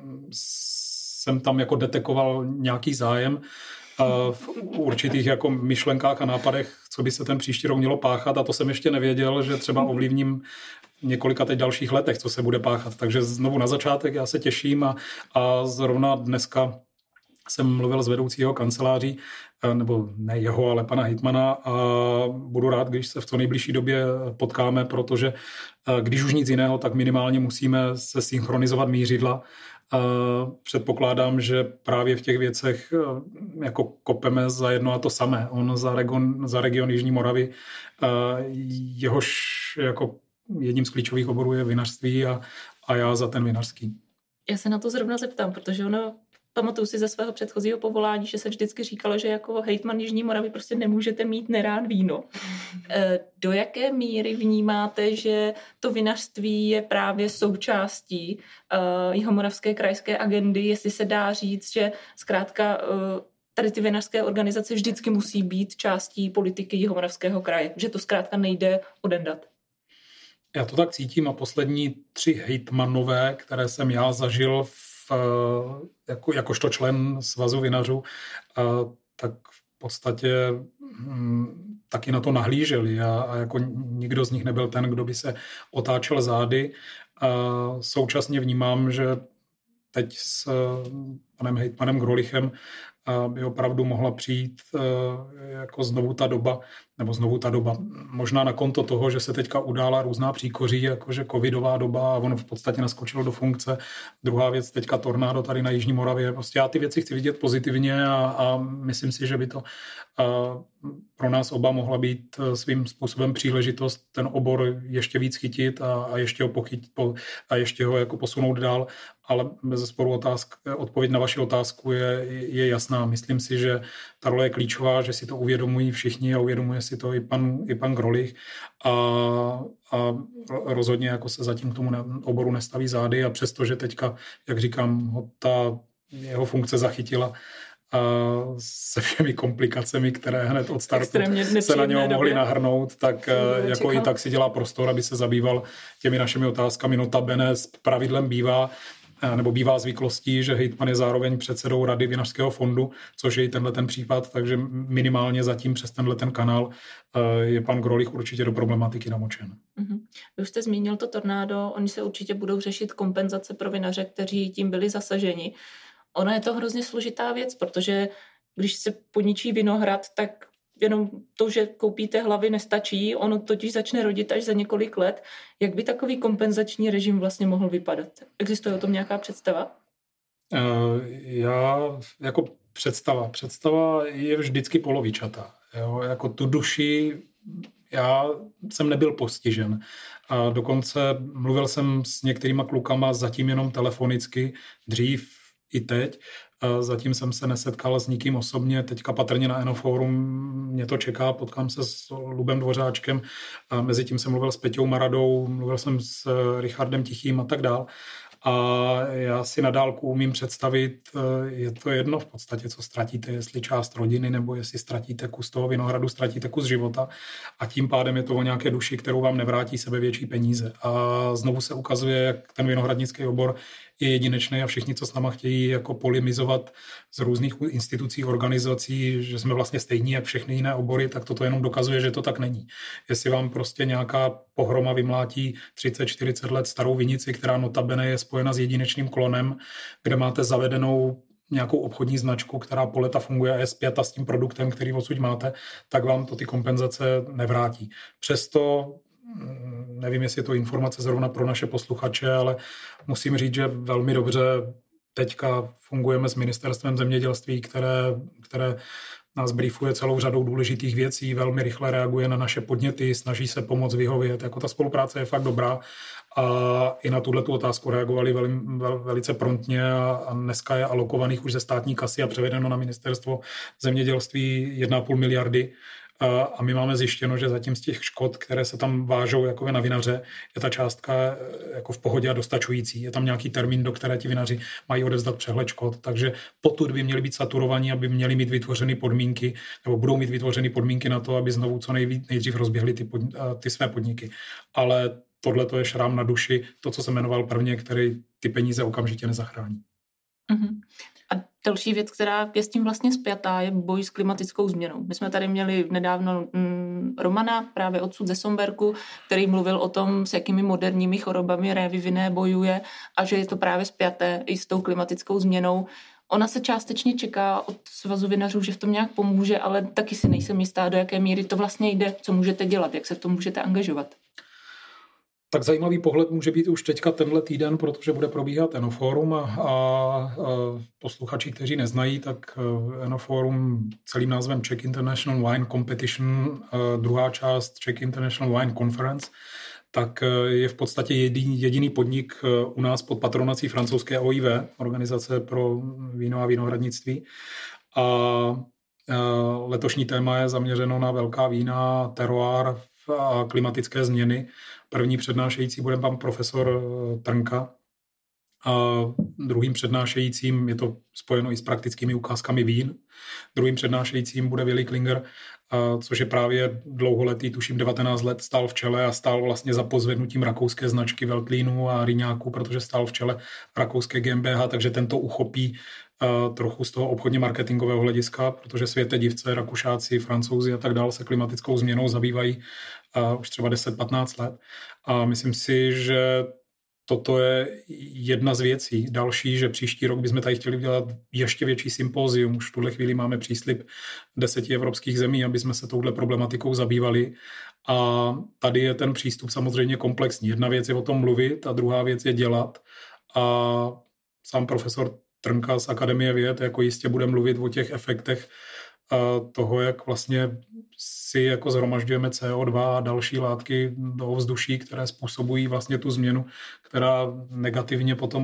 S4: jsem tam jako detekoval nějaký zájem v určitých jako myšlenkách a nápadech, co by se ten příští rok mělo páchat a to jsem ještě nevěděl, že třeba ovlivním několika teď dalších letech, co se bude páchat. Takže znovu na začátek já se těším a zrovna dneska jsem mluvil s vedoucího kanceláří, nebo ne jeho, ale pana hejtmana a budu rád, když se v co nejbližší době potkáme, protože když už nic jiného, tak minimálně musíme se synchronizovat mířidla. Předpokládám, že právě v těch věcech jako kopeme za jedno a to samé. On za region Jižní Moravy, jehož jako jedním z klíčových oborů je vinařství a já za ten vinařský.
S2: Já se na to zrovna zeptám, protože pamatuju si ze svého předchozího povolání, že se vždycky říkalo, že jako hejtman Jižní Moravy prostě nemůžete mít nerád víno. Do jaké míry vnímáte, že to vinařství je právě součástí Jihomoravské krajské agendy, jestli se dá říct, že zkrátka tady ty vinařské organizace vždycky musí být částí politiky Jihomoravského kraje, že to zkrátka nejde odendat.
S4: Já to tak cítím a poslední 3 hejtmanové, které jsem já zažil jakožto člen Svazu vinařů, tak v podstatě taky na to nahlíželi a jako nikdo z nich nebyl ten, kdo by se otáčel zády. A současně vnímám, že teď s panem hejtmanem Grolichem by opravdu mohla přijít jako znovu ta doba, možná na konto toho, že se teďka udála různá příkoří, jakože covidová doba a on v podstatě naskočil do funkce. Druhá věc, teďka tornádo tady na Jižní Moravě. Prostě já ty věci chci vidět pozitivně a myslím si, že by to pro nás oba mohla být svým způsobem příležitost ten obor ještě víc chytit a ještě ho jako posunout dál, ale bezesporu odpověď na vaši otázku je jasná. Myslím si, že ta role je klíčová, že si to uvědomují všichni a uvědomuje si to i pan Grolich a rozhodně jako se zatím k tomu oboru nestaví zády a přesto, že teďka, jak říkám, ta jeho funkce zachytila a se všemi komplikacemi, které hned od startu se na něho mohly nahrnout, tak jako i tak si dělá prostor, aby se zabýval těmi našimi otázkami. Notabene s pravidlem bývá zvyklostí, že hejtman je zároveň předsedou Rady Vinařského fondu, což je i tenhle ten případ, takže minimálně zatím přes tenhle ten kanál je pan Grolich určitě do problematiky namočen.
S2: Vy už jste zmínil to tornádo, oni se určitě budou řešit kompenzace pro vinaře, kteří tím byli zasaženi. Ono je to hrozně složitá věc, protože když se poničí vinohrad, tak jenom to, že koupíte hlavy, nestačí, ono totiž začne rodit až za několik let. Jak by takový kompenzační režim vlastně mohl vypadat? Existuje o tom nějaká představa?
S4: Představa je vždycky polovičatá. Jo? Jako tu duši já jsem nebyl postižen. A dokonce mluvil jsem s některýma klukama zatím jenom telefonicky, dřív i teď. Zatím jsem se nesetkal s nikým osobně, teďka patrně na Enoforum mě to čeká, potkám se s Lubem Dvořáčkem, mezitím jsem mluvil s Peťou Maradou, mluvil jsem s Richardem Tichým a tak dál. A já si na dálku umím představit, je to jedno v podstatě, co ztratíte, jestli část rodiny, nebo jestli ztratíte kus toho vinohradu, ztratíte kus života a tím pádem je to o nějaké duši, kterou vám nevrátí sebevětší peníze. A znovu se ukazuje, jak ten vinohradnický obor je jedinečný a všichni, co s náma chtějí jako polemizovat z různých institucí, organizací, že jsme vlastně stejní jak všechny jiné obory, tak toto jenom dokazuje, že to tak není. Jestli vám prostě nějaká pohroma vymlátí 30-40 let starou vinici, která notabene je spojena s jedinečným klonem, kde máte zavedenou nějakou obchodní značku, která po leta funguje a je spjata s tím produktem, který odsud máte, tak vám to ty kompenzace nevrátí. Přesto nevím, jestli je to informace zrovna pro naše posluchače, ale musím říct, že velmi dobře teďka fungujeme s Ministerstvem zemědělství, které nás briefuje celou řadou důležitých věcí, velmi rychle reaguje na naše podněty, snaží se pomoct vyhovět. Jako ta spolupráce je fakt dobrá a i na tuhletu otázku reagovali velice promptně a dneska je alokovaných už ze státní kasy a převedeno na Ministerstvo zemědělství 1,5 miliardy. A my máme zjištěno, že zatím z těch škod, které se tam vážou jako na vinaře, je ta částka jako v pohodě a dostačující. Je tam nějaký termín, do které ti vinaři mají odevzdat přehled škod. Takže potud by měli být saturovaní, aby měli mít vytvořeny podmínky, nebo budou mít vytvořeny podmínky na to, aby znovu co nejdřív rozběhli ty své podniky. Ale tohle to je šrám na duši, to, co jsem jmenoval prvně, který ty peníze okamžitě nezachrání.
S2: Mm-hmm. A další věc, která je s tím vlastně spjatá, je boj s klimatickou změnou. My jsme tady měli nedávno Romana, právě odsud ze Somberku, který mluvil o tom, s jakými moderními chorobami révy vinné bojuje a že je to právě spjaté i s tou klimatickou změnou. Ona se částečně čeká od Svazu vinařů, že v tom nějak pomůže, ale taky si nejsem jistá, do jaké míry to vlastně jde, co můžete dělat, jak se v tom můžete angažovat.
S4: Tak zajímavý pohled může být už teďka tenhle týden, protože bude probíhat Enoforum a posluchači, kteří neznají, tak Enoforum celým názvem Czech International Wine Competition, druhá část Czech International Wine Conference, tak je v podstatě jediný podnik u nás pod patronací francouzské OIV, Organizace pro víno a vinohradnictví. A letošní téma je zaměřeno na velká vína, terroir a klimatické změny. První přednášející bude pan profesor Trnka A druhým přednášejícím, je to spojeno i s praktickými ukázkami vín, druhým přednášejícím bude Willi Klinger, což je právě dlouholetý, tuším 19 let, stál v čele a stál vlastně za pozvednutím rakouské značky Veltlínu a Rignacu, protože stál v čele rakouské GmbH, takže tento uchopí trochu z toho obchodně marketingového hlediska, protože světe divce, Rakušáci, Francouzi a tak dále se klimatickou změnou zabývají už třeba 10-15 let. A myslím si, že toto je jedna z věcí. Další, že příští rok bychom tady chtěli udělat ještě větší sympózium. Už v tuhle chvíli máme příslib 10 evropských zemí, aby jsme se touhle problematikou zabývali. A tady je ten přístup samozřejmě komplexní. Jedna věc je o tom mluvit a druhá věc je dělat. A sám profesor Trnka z Akademie věd jako jistě bude mluvit o těch efektech toho, jak vlastně si jako zhromažďujeme CO2 a další látky do ovzduší, které způsobují vlastně tu změnu, která negativně potom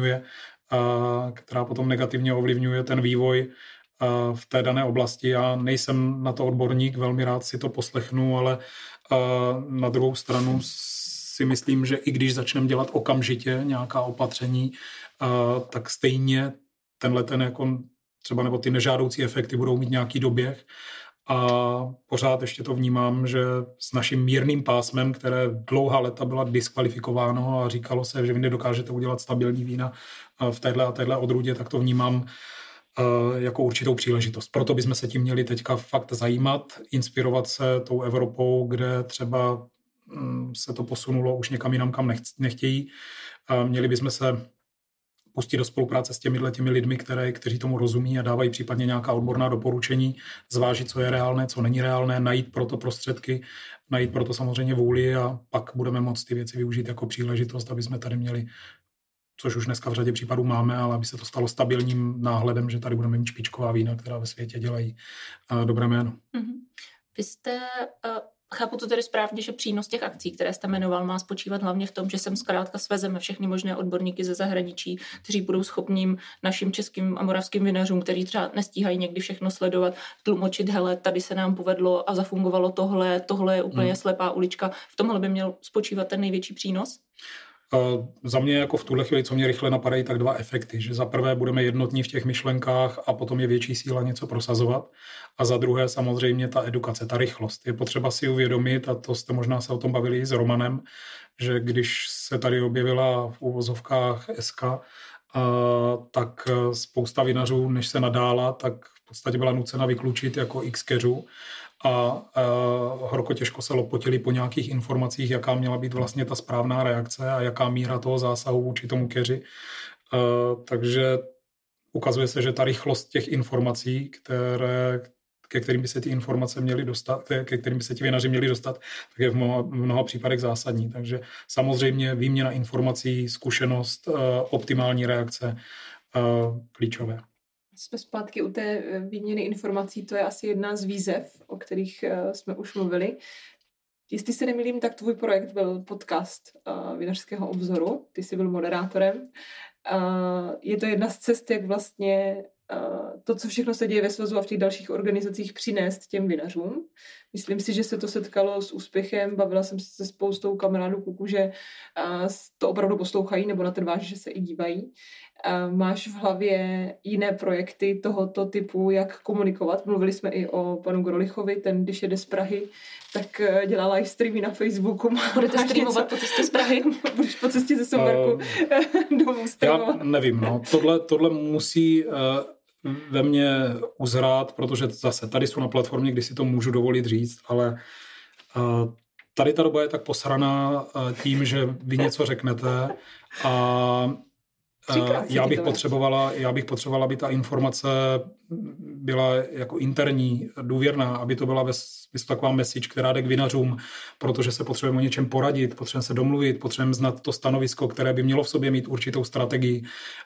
S4: ovlivňuje ten vývoj v té dané oblasti. Já nejsem na to odborník, velmi rád si to poslechnu, ale na druhou stranu si myslím, že i když začneme dělat okamžitě nějaká opatření, tak stejně ten jako třeba nebo ty nežádoucí efekty budou mít nějaký doběh. A pořád ještě to vnímám, že s naším mírným pásmem, které dlouhá léta byla diskvalifikováno a říkalo se, že vy nedokážete udělat stabilní vína v téhle a téhle odrůdě, tak to vnímám jako určitou příležitost. Proto bychom se tím měli teďka fakt zajímat, inspirovat se tou Evropou, kde třeba se to posunulo už někam jinam, kam nechtějí. Měli bychom se pustit do spolupráce s těmi lidmi, kteří tomu rozumí a dávají případně nějaká odborná doporučení, zvážit, co je reálné, co není reálné, najít proto prostředky, najít proto samozřejmě vůli a pak budeme moct ty věci využít jako příležitost, aby jsme tady měli, což už dneska v řadě případů máme, ale aby se to stalo stabilním náhledem, že tady budeme mít špičková vína, která ve světě dělají dobré jméno.
S2: Mm-hmm. Vy jste... Chápu to tedy správně, že přínos těch akcí, které jste jmenoval, má spočívat hlavně v tom, že sem zkrátka svezeme všechny možné odborníky ze zahraničí, kteří budou schopním našim českým a moravským vinařům, kteří třeba nestíhají někdy všechno sledovat, tlumočit, hele, tady se nám povedlo a zafungovalo tohle je úplně slepá ulička. V tomhle by měl spočívat ten největší přínos?
S4: Za mě jako v tuhle chvíli, co mě rychle napadají, tak dva efekty, že za prvé budeme jednotní v těch myšlenkách a potom je větší síla něco prosazovat a za druhé samozřejmě ta edukace, ta rychlost. Je potřeba si uvědomit, a to jste možná se o tom bavili i s Romanem, že když se tady objevila v uvozovkách SK, tak spousta vinařů, než se nadála, tak v podstatě byla nucena vyklučit jako x-keřů a horko těžko se lopotili po nějakých informacích, jaká měla být vlastně ta správná reakce a jaká míra toho zásahu vůči tomu keři. Takže ukazuje se, že ta rychlost těch informací, ke kterým by se ty informace měly dostat, ke kterým by se ti vinaři měli dostat, tak je v mnoha případech zásadní. Takže samozřejmě výměna informací, zkušenost, optimální reakce klíčové.
S3: Jsme zpátky u té výměny informací, to je asi jedna z výzev, o kterých jsme už mluvili. Jestli se nemýlím, tak tvůj projekt byl podcast Vinařského obzoru, ty jsi byl moderátorem. Je to jedna z cest, jak vlastně to, co všechno se děje ve svazu a v těch dalších organizacích, přinést těm vinařům. Myslím si, že se to setkalo s úspěchem, bavila jsem se se spoustou kamarádů kluků, že to opravdu poslouchají nebo na ten váž, že se i dívají. Máš v hlavě jiné projekty tohoto typu, jak komunikovat? Mluvili jsme i o panu Grolichovi, ten, když jede z Prahy, tak dělá live streamy na Facebooku.
S2: Budete streamovat po cestě z Prahy?
S3: Budeš po cestě ze Somberku domů streamovat?
S4: Já nevím, no. Tohle musí ve mně uzrát, protože zase tady jsou na platformě, kdy si to můžu dovolit říct, ale tady ta doba je tak posraná tím, že vy něco řeknete a já bych potřebovala, aby ta informace byla jako interní, důvěrná, aby to byla taková message, která jde k vinařům, protože se potřebujeme o něčem poradit, potřebujeme se domluvit, potřebujeme znát to stanovisko, které by mělo v sobě mít určitou strategii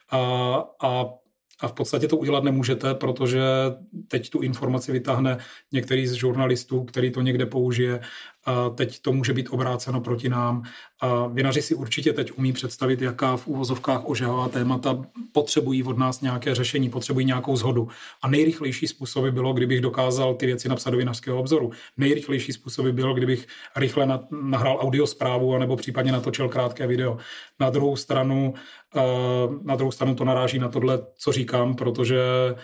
S4: a v podstatě to udělat nemůžete, protože teď tu informaci vytáhne některý z žurnalistů, který to někde použije teď to může být obráceno proti nám. Vinaři si určitě teď umí představit, jaká v úvozovkách ožehavá témata potřebují od nás nějaké řešení, potřebují nějakou shodu. A nejrychlejší způsoby bylo, kdybych dokázal ty věci napsat do Vinařského obzoru. Nejrychlejší způsoby bylo, kdybych rychle nahrál audiosprávu anebo případně natočil krátké video. Na druhou stranu to naráží na tohle, co říkám, protože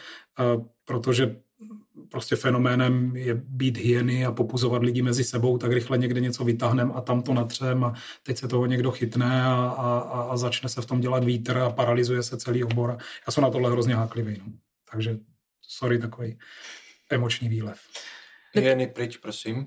S4: prostě fenoménem je být hyeny a popuzovat lidi mezi sebou, tak rychle někde něco vytáhnem a tam to natřem a teď se toho někdo chytne a začne se v tom dělat vítr a paralyzuje se celý obor. Já jsem na tohle hrozně háklivý. No. Takže sorry, takový emoční výlev.
S1: Hyeny pryč, prosím.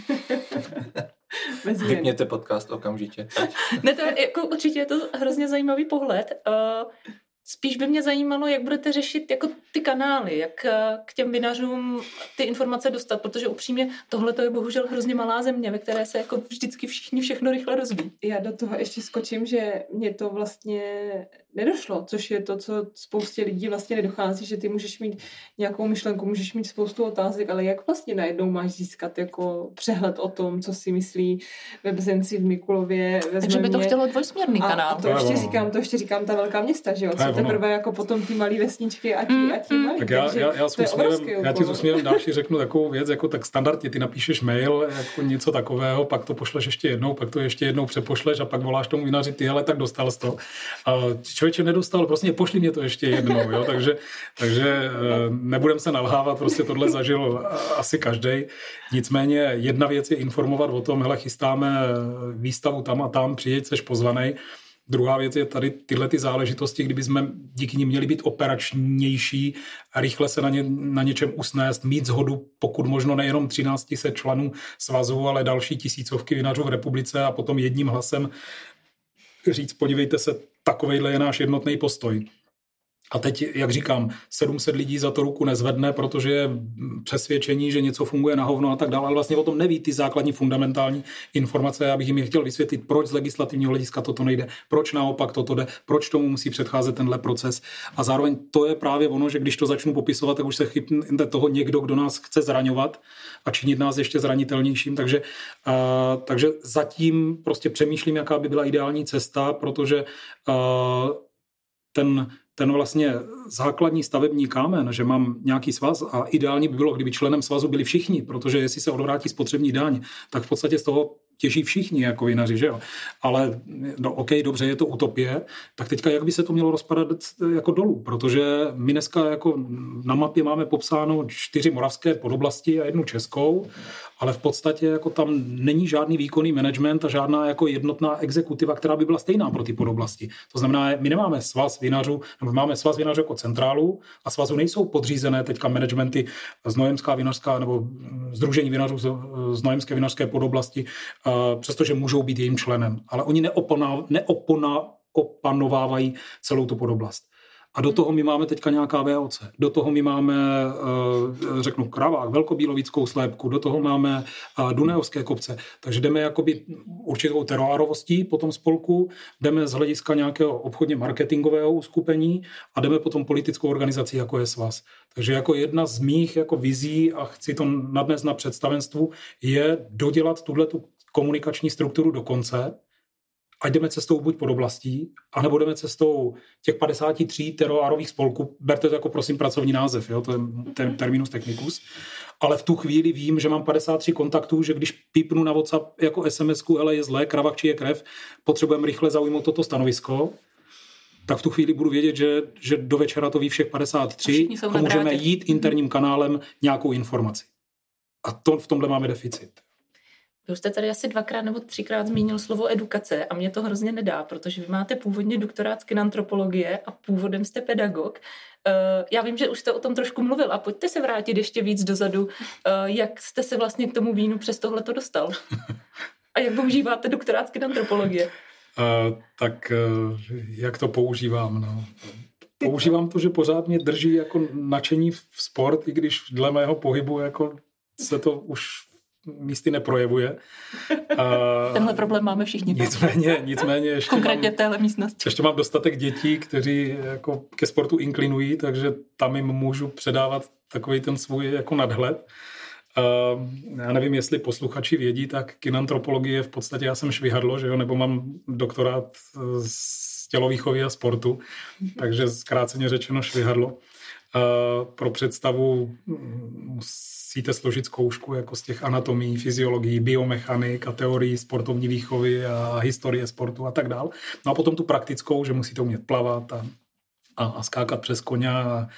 S1: Vypněte podcast okamžitě.
S2: Ne, to jako, určitě je to hrozně zajímavý pohled. Spíš by mě zajímalo, jak budete řešit jako ty kanály, jak k těm vinařům ty informace dostat, protože upřímně tohle to je bohužel hrozně malá země, ve které se jako vždycky všichni všechno rychle rozvíjí.
S3: Já do toho ještě skočím, že mě to vlastně nedošlo, což je to, co spoustě lidí vlastně nedochází, že ty můžeš mít nějakou myšlenku, můžeš mít spoustu otázek, ale jak vlastně najednou máš získat jako přehled o tom, co si myslí ve Bzenci, v Mikulově, ve
S2: Takže by to chtělo dvojsměrný kanál.
S3: A to ještě říkám ta velká města, že jo, co teprve jako potom ty malé vesničky a ti malí.
S4: Tak já ti s úsměvem další řeknu takovou věc, jako tak standardně ty napíšeš mail, jako něco takového, pak to pošleš ještě jednou, pak to ještě jednou přepošleš a pak voláš tomu vinaři, ty hele, tak dostal jsi to. Člověče nedostal, prostě pošli mě to ještě jednou, jo, takže nebudem se nalhávat, prostě tohle zažil asi každej. Nicméně jedna věc je informovat o tom, hele, chystáme výstavu tam a tam, přijeď, seš pozvanej. Druhá věc je tady tyhle ty záležitosti, kdyby jsme díky nim měli být operačnější a rychle se na něčem usnést, mít shodu, pokud možno nejenom 1300 členů svazu, ale další tisícovky vinařů v republice a potom jedním hlasem říct, podívejte se, takovejhle je náš jednotný postoj. A teď, jak říkám, 700 lidí za to ruku nezvedne, protože je přesvědčení, že něco funguje na hovno a tak dále, ale vlastně o tom neví ty základní fundamentální informace. Já bych jim je chtěl vysvětlit, proč z legislativního hlediska toto nejde, proč naopak toto jde, proč tomu musí předcházet tenhle proces. A zároveň to je právě ono, že když to začnu popisovat, tak už se chytne toho někdo, kdo nás chce zraňovat a činit nás ještě zranitelnějším. Takže zatím prostě přemýšlím, jaká by byla ideální cesta, protože ten vlastně základní stavební kámen, že mám nějaký svaz a ideálně by bylo, kdyby členem svazu byli všichni, protože jestli se odvrátí spotřební daň, tak v podstatě z toho těží všichni jako vinaři, že jo. Ale no OK, dobře, je to utopie, tak teďka jak by se to mělo rozpadat jako dolů, protože my dneska jako na mapě máme popsáno 4 moravské podoblasti a 1 českou, ale v podstatě jako tam není žádný výkonný management a žádná jako jednotná exekutiva, která by byla stejná pro ty podoblasti. To znamená, my nemáme svaz vinařů, nebo máme svaz vinařů jako centrálu a svazu nejsou podřízené teďka managementy Znojemská vinařská nebo Sdružení vinařů z Znojemské vinařské podoblasti, přestože můžou být jejím členem, ale oni neopanovávají celou tu podoblast. A do toho my máme teďka nějaká VOC, do toho my máme, řeknu, Kravák, Velkobílovickou slépku, do toho máme Dunajovské kopce, takže jdeme jakoby určitou teroárovostí po tom spolku, jdeme z hlediska nějakého obchodně marketingového uskupení a jdeme potom politickou organizací, jako je svaz. Takže jako jedna z mých jako vizí, a chci to nadnést na představenstvu, je dodělat tuhletu komunikační strukturu do konce, ať jdeme cestou buď podoblastí, anebo jdeme cestou těch 53 teroárových spolků. Berte to jako prosím pracovní název, jo? To je ten terminus technicus. Ale v tu chvíli vím, že mám 53 kontaktů, že když pípnu na WhatsApp jako SMS-ku, hele, je zlé, kravak či je krev, potřebujeme rychle zaujmout toto stanovisko, tak v tu chvíli budu vědět, že do večera to ví všech 53 a můžeme jít interním kanálem nějakou informaci. A to v tomhle máme deficit.
S2: Vy už jste tady asi 2krát nebo 3krát zmínil slovo edukace a mě to hrozně nedá, protože vy máte původně doktorát z kinantropologie a původem jste pedagog. Já vím, že už jste o tom trošku mluvil a pojďte se vrátit ještě víc dozadu. Jak jste se vlastně k tomu vínu přes tohleto dostal? A jak používáte doktorát z kinantropologie?
S4: Tak jak to používám? No? Používám to, že pořád mě drží jako nadšení v sport, i když dle mého pohybu jako se to už místy neprojevuje.
S2: Tenhle problém máme všichni.
S4: Nicméně ještě
S2: konkrétně v téhle místnosti.
S4: Ještě mám dostatek dětí, kteří jako ke sportu inklinují, takže tam jim můžu předávat takový ten svůj jako nadhled. Já nevím, jestli posluchači vědí, tak kinantropologie v podstatě já jsem švihadlo, že jo, nebo mám doktorát z tělovýchovy a sportu, takže zkráceně řečeno švihadlo. Pro představu musíte složit zkoušku jako z těch anatomií, fyziologií, biomechanik a teorií sportovní výchovy a historie sportu a tak dál. No a potom tu praktickou, že musíte umět plavat a skákat přes koně a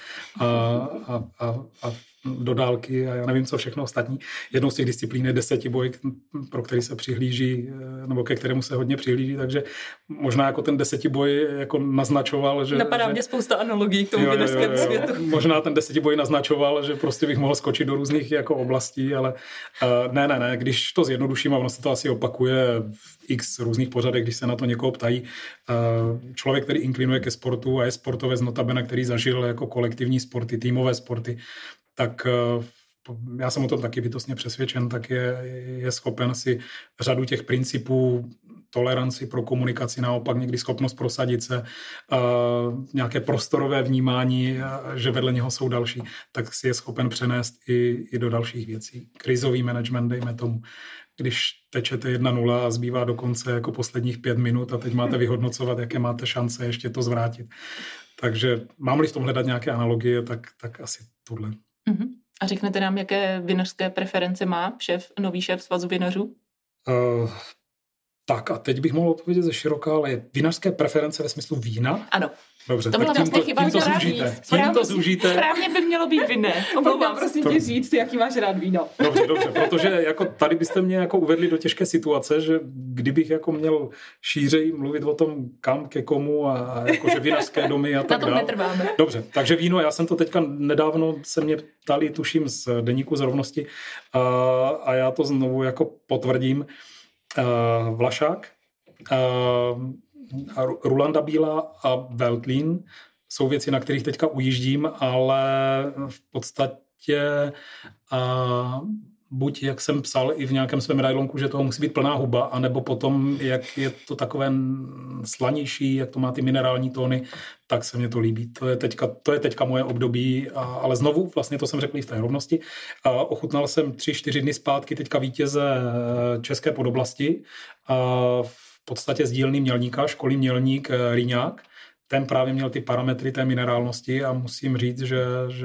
S4: do dálky a já nevím, co všechno ostatní. Jednou z těch disciplín je desetiboj, pro který se přihlíží, nebo ke kterému se hodně přihlíží, takže možná jako ten desetiboj jako naznačoval, že...
S2: Napadá mě spousta analogií k tomu vědeřskému světu.
S4: Možná ten desetiboj naznačoval, že prostě bych mohl skočit do různých jako oblastí, ale ne, když to zjednoduším, a ono se to asi opakuje v x různých pořadech, když se na to někoho ptají. Člověk, který inklinuje ke sportu a je sportovec notabene, který zažil jako kolektivní sporty, týmové sporty, tak já jsem o tom taky bytostně přesvědčen, tak je schopen si řadu těch principů, toleranci pro komunikaci, naopak někdy schopnost prosadit se, nějaké prostorové vnímání, že vedle něho jsou další, tak si je schopen přenést i do dalších věcí. Krizový management, dejme tomu. Když tečete 1-0 a zbývá dokonce jako posledních 5 minut a teď máte vyhodnocovat, jaké máte šance ještě to zvrátit. Takže mám-li v tom hledat nějaké analogie, tak asi tohle.
S2: Uh-huh. A řeknete nám, jaké vinařské preference má nový šéf Svazu vinařů?
S4: Tak a teď bych mohl odpovědět ze široká, ale je vinařské preference ve smyslu vína?
S2: Ano.
S4: Dobře,
S2: to
S4: tak tímto zúžíte.
S2: Správně by mělo být vinné.
S3: Omlouvám, prosím tě říct, jaký máš rád víno.
S4: Dobře, protože jako tady byste mě jako uvedli do těžké situace, že kdybych jako měl šířej mluvit o tom, kam, ke komu a jakože vinařské domy a tak dále.
S2: Na tom netrváme.
S4: Dobře, takže víno, já jsem to teďka nedávno se mě ptali, tuším, z deníku z rovnosti a já to znovu jako potvrdím. Vlašák, Rulanda Bílá a Veltlín jsou věci, na kterých teďka ujíždím, ale v podstatě buď, jak jsem psal i v nějakém svém medailonku, že toho musí být plná huba, anebo potom, jak je to takové slanější, jak to má ty minerální tóny, tak se mně to líbí. To je teďka moje období, ale znovu, vlastně to jsem řekl i v té rovnosti, ochutnal jsem 3-4 dny zpátky teďka vítěze České podoblasti, v podstatě z dílny Mělníka, školy Mělník Rýňák. Ten právě měl ty parametry té minerálnosti a musím říct, že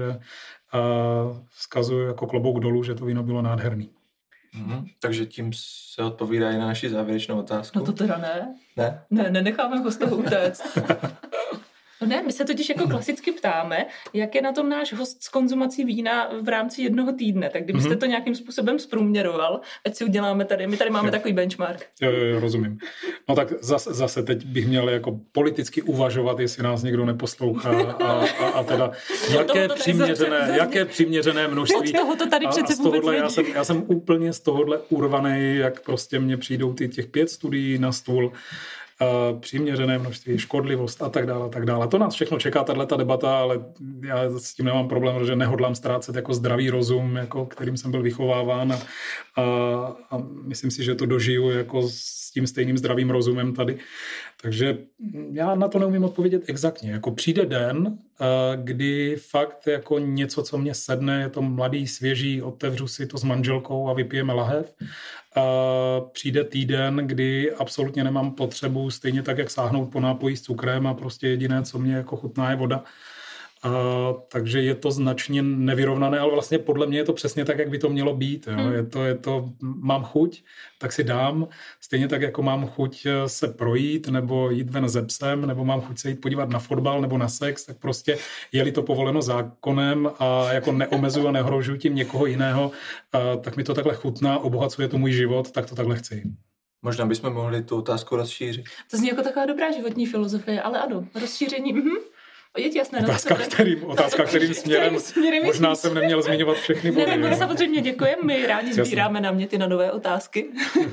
S4: vzkazuju jako klobouk dolů, že to víno bylo nádherný.
S1: Takže tím se odpovídá i na naši závěrečnou otázku.
S2: No to teda ne.
S1: Ne?
S2: Ne, necháme ho z toho utéct. No ne, my se totiž jako klasicky ptáme, jak je na tom náš host s konzumací vína v rámci jednoho týdne. Tak kdybyste to nějakým způsobem zprůměroval, ať si uděláme tady, my tady máme takový benchmark.
S4: Jo, rozumím. No tak zase teď bych měl jako politicky uvažovat, jestli nás někdo neposlouchá a teda jaké přiměřené množství.
S2: Od toho to tady přece vůbec není.
S4: Já jsem úplně z tohohle urvanej, jak prostě mně přijdou těch 5 studií na stůl, přiměřené množství, škodlivost a tak dále. To nás všechno čeká, tato debata, ale já s tím nemám problém, protože nehodlám ztrácet jako zdravý rozum, jako kterým jsem byl vychováván a myslím si, že to dožiju jako s tím stejným zdravým rozumem tady. Takže já na to neumím odpovědět exaktně. Jako přijde den, kdy fakt jako něco, co mě sedne, je to mladý, svěží, otevřu si to s manželkou a vypijeme lahev. Přijde týden, kdy absolutně nemám potřebu stejně tak, jak sáhnout po nápoji s cukrem a prostě jediné, co mě jako chutná, je voda. Takže je to značně nevyrovnané, ale vlastně podle mě je to přesně tak, jak by to mělo být. Jo. Je to, mám chuť, tak si dám, stejně tak, jako mám chuť se projít, nebo jít ven se psem, nebo mám chuť se jít podívat na fotbal nebo na sex, tak prostě je-li to povoleno zákonem a jako neomezuju a nehrožuji tím někoho jiného, tak mi to takhle chutná, obohacuje to můj život, tak to takhle chci.
S1: Možná bychom mohli tu otázku rozšířit.
S2: To zní jako taková dobrá životní filozofie, ale ano, rozšíření, je jasné.
S4: Otázka, kterým směrem možná jsem neměl zmiňovat všechny body.
S2: Ne, samozřejmě děkujeme, my rádi sbíráme náměty na nové otázky.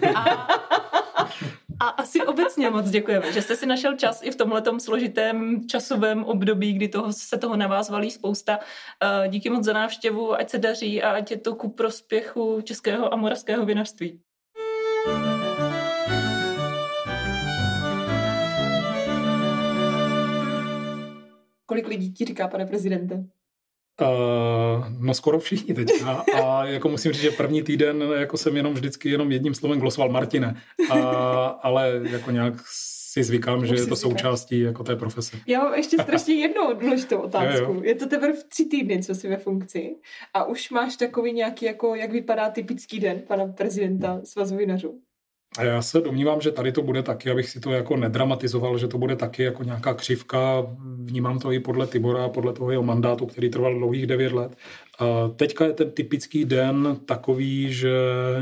S2: A asi obecně moc děkujeme, že jste si našel čas i v tomhletom složitém časovém období, kdy se toho na vás valí spousta. Díky moc za návštěvu, ať se daří a ať je to ku prospěchu českého a moravského vinařství.
S3: Kolik lidí ti říká, pane prezidente?
S4: No skoro všichni teďka a jako musím říct, že první týden jako jsem vždycky jedním slovem glosoval Martine, ale jako nějak si zvykám, že je to součástí jako té profese.
S3: Já mám ještě strašně jednou důležitou otázku. Je to teprve v 3 týdny, co jsi ve funkci a už máš takový nějaký, jako, jak vypadá typický den pana prezidenta Svazu vinařů?
S4: A já se domnívám, že tady to bude taky, abych si to jako nedramatizoval, že to bude taky jako nějaká křivka. Vnímám to i podle Tibora, podle toho jeho mandátu, který trval dlouhých 9 let. Teďka je ten typický den takový, že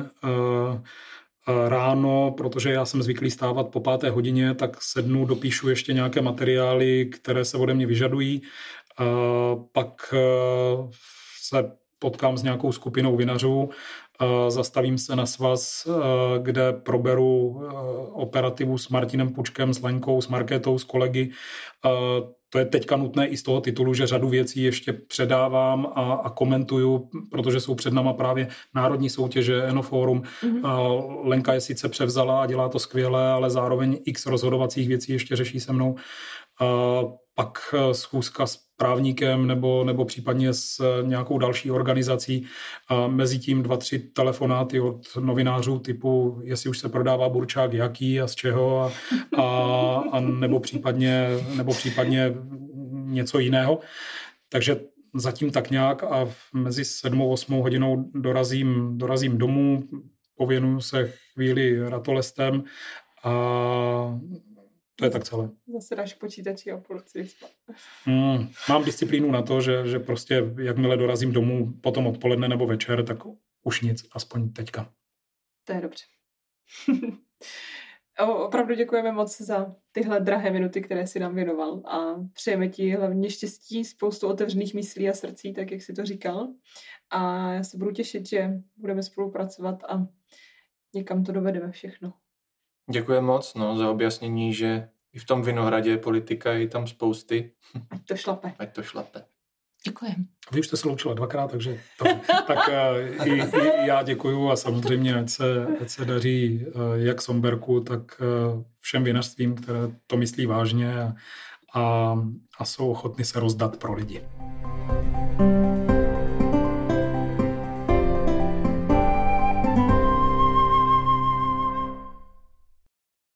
S4: ráno, protože já jsem zvyklý stávat po 5. hodině, tak sednu, dopíšu ještě nějaké materiály, které se ode mě vyžadují. Pak se potkám s nějakou skupinou vinařů, zastavím se na svaz, kde proberu operativu s Martinem Pučkem, s Lenkou, s Markétou, s kolegy. To je teďka nutné i z toho titulu, že řadu věcí ještě předávám a komentuju, protože jsou před náma právě národní soutěže, Enoforum. Lenka je sice převzala a dělá to skvěle, ale zároveň x rozhodovacích věcí ještě řeší se mnou. Pak schůzka s právníkem nebo případně s nějakou další organizací. Mezitím 2-3 telefonáty od novinářů typu, jestli už se prodává burčák, jaký a z čeho a nebo případně něco jiného. Takže zatím tak nějak a mezi 7-8 hodinou dorazím domů, pověnuju se chvíli ratolestem a to je tak celé.
S3: Zase dáš počítači a půlci spát.
S4: Mám disciplínu na to, že prostě jakmile dorazím domů potom odpoledne nebo večer, tak už nic, aspoň teďka.
S3: To je dobře. Opravdu děkujeme moc za tyhle drahé minuty, které jsi nám věnoval a přejeme ti hlavně štěstí, spoustu otevřených myslí a srdcí, tak jak jsi to říkal. A já se budu těšit, že budeme spolupracovat a někam to dovedeme všechno.
S1: Děkuji moc za objasnění, že i v tom Vinohradě politika je tam spousty.
S3: Ať to šlape.
S1: Ať to šlape.
S2: Děkujem.
S4: Vy už jste se loučila 2krát, takže tak i já děkuju a samozřejmě ať se daří jak Somberku, tak všem vinařstvím, které to myslí vážně a jsou ochotny se rozdat pro lidi.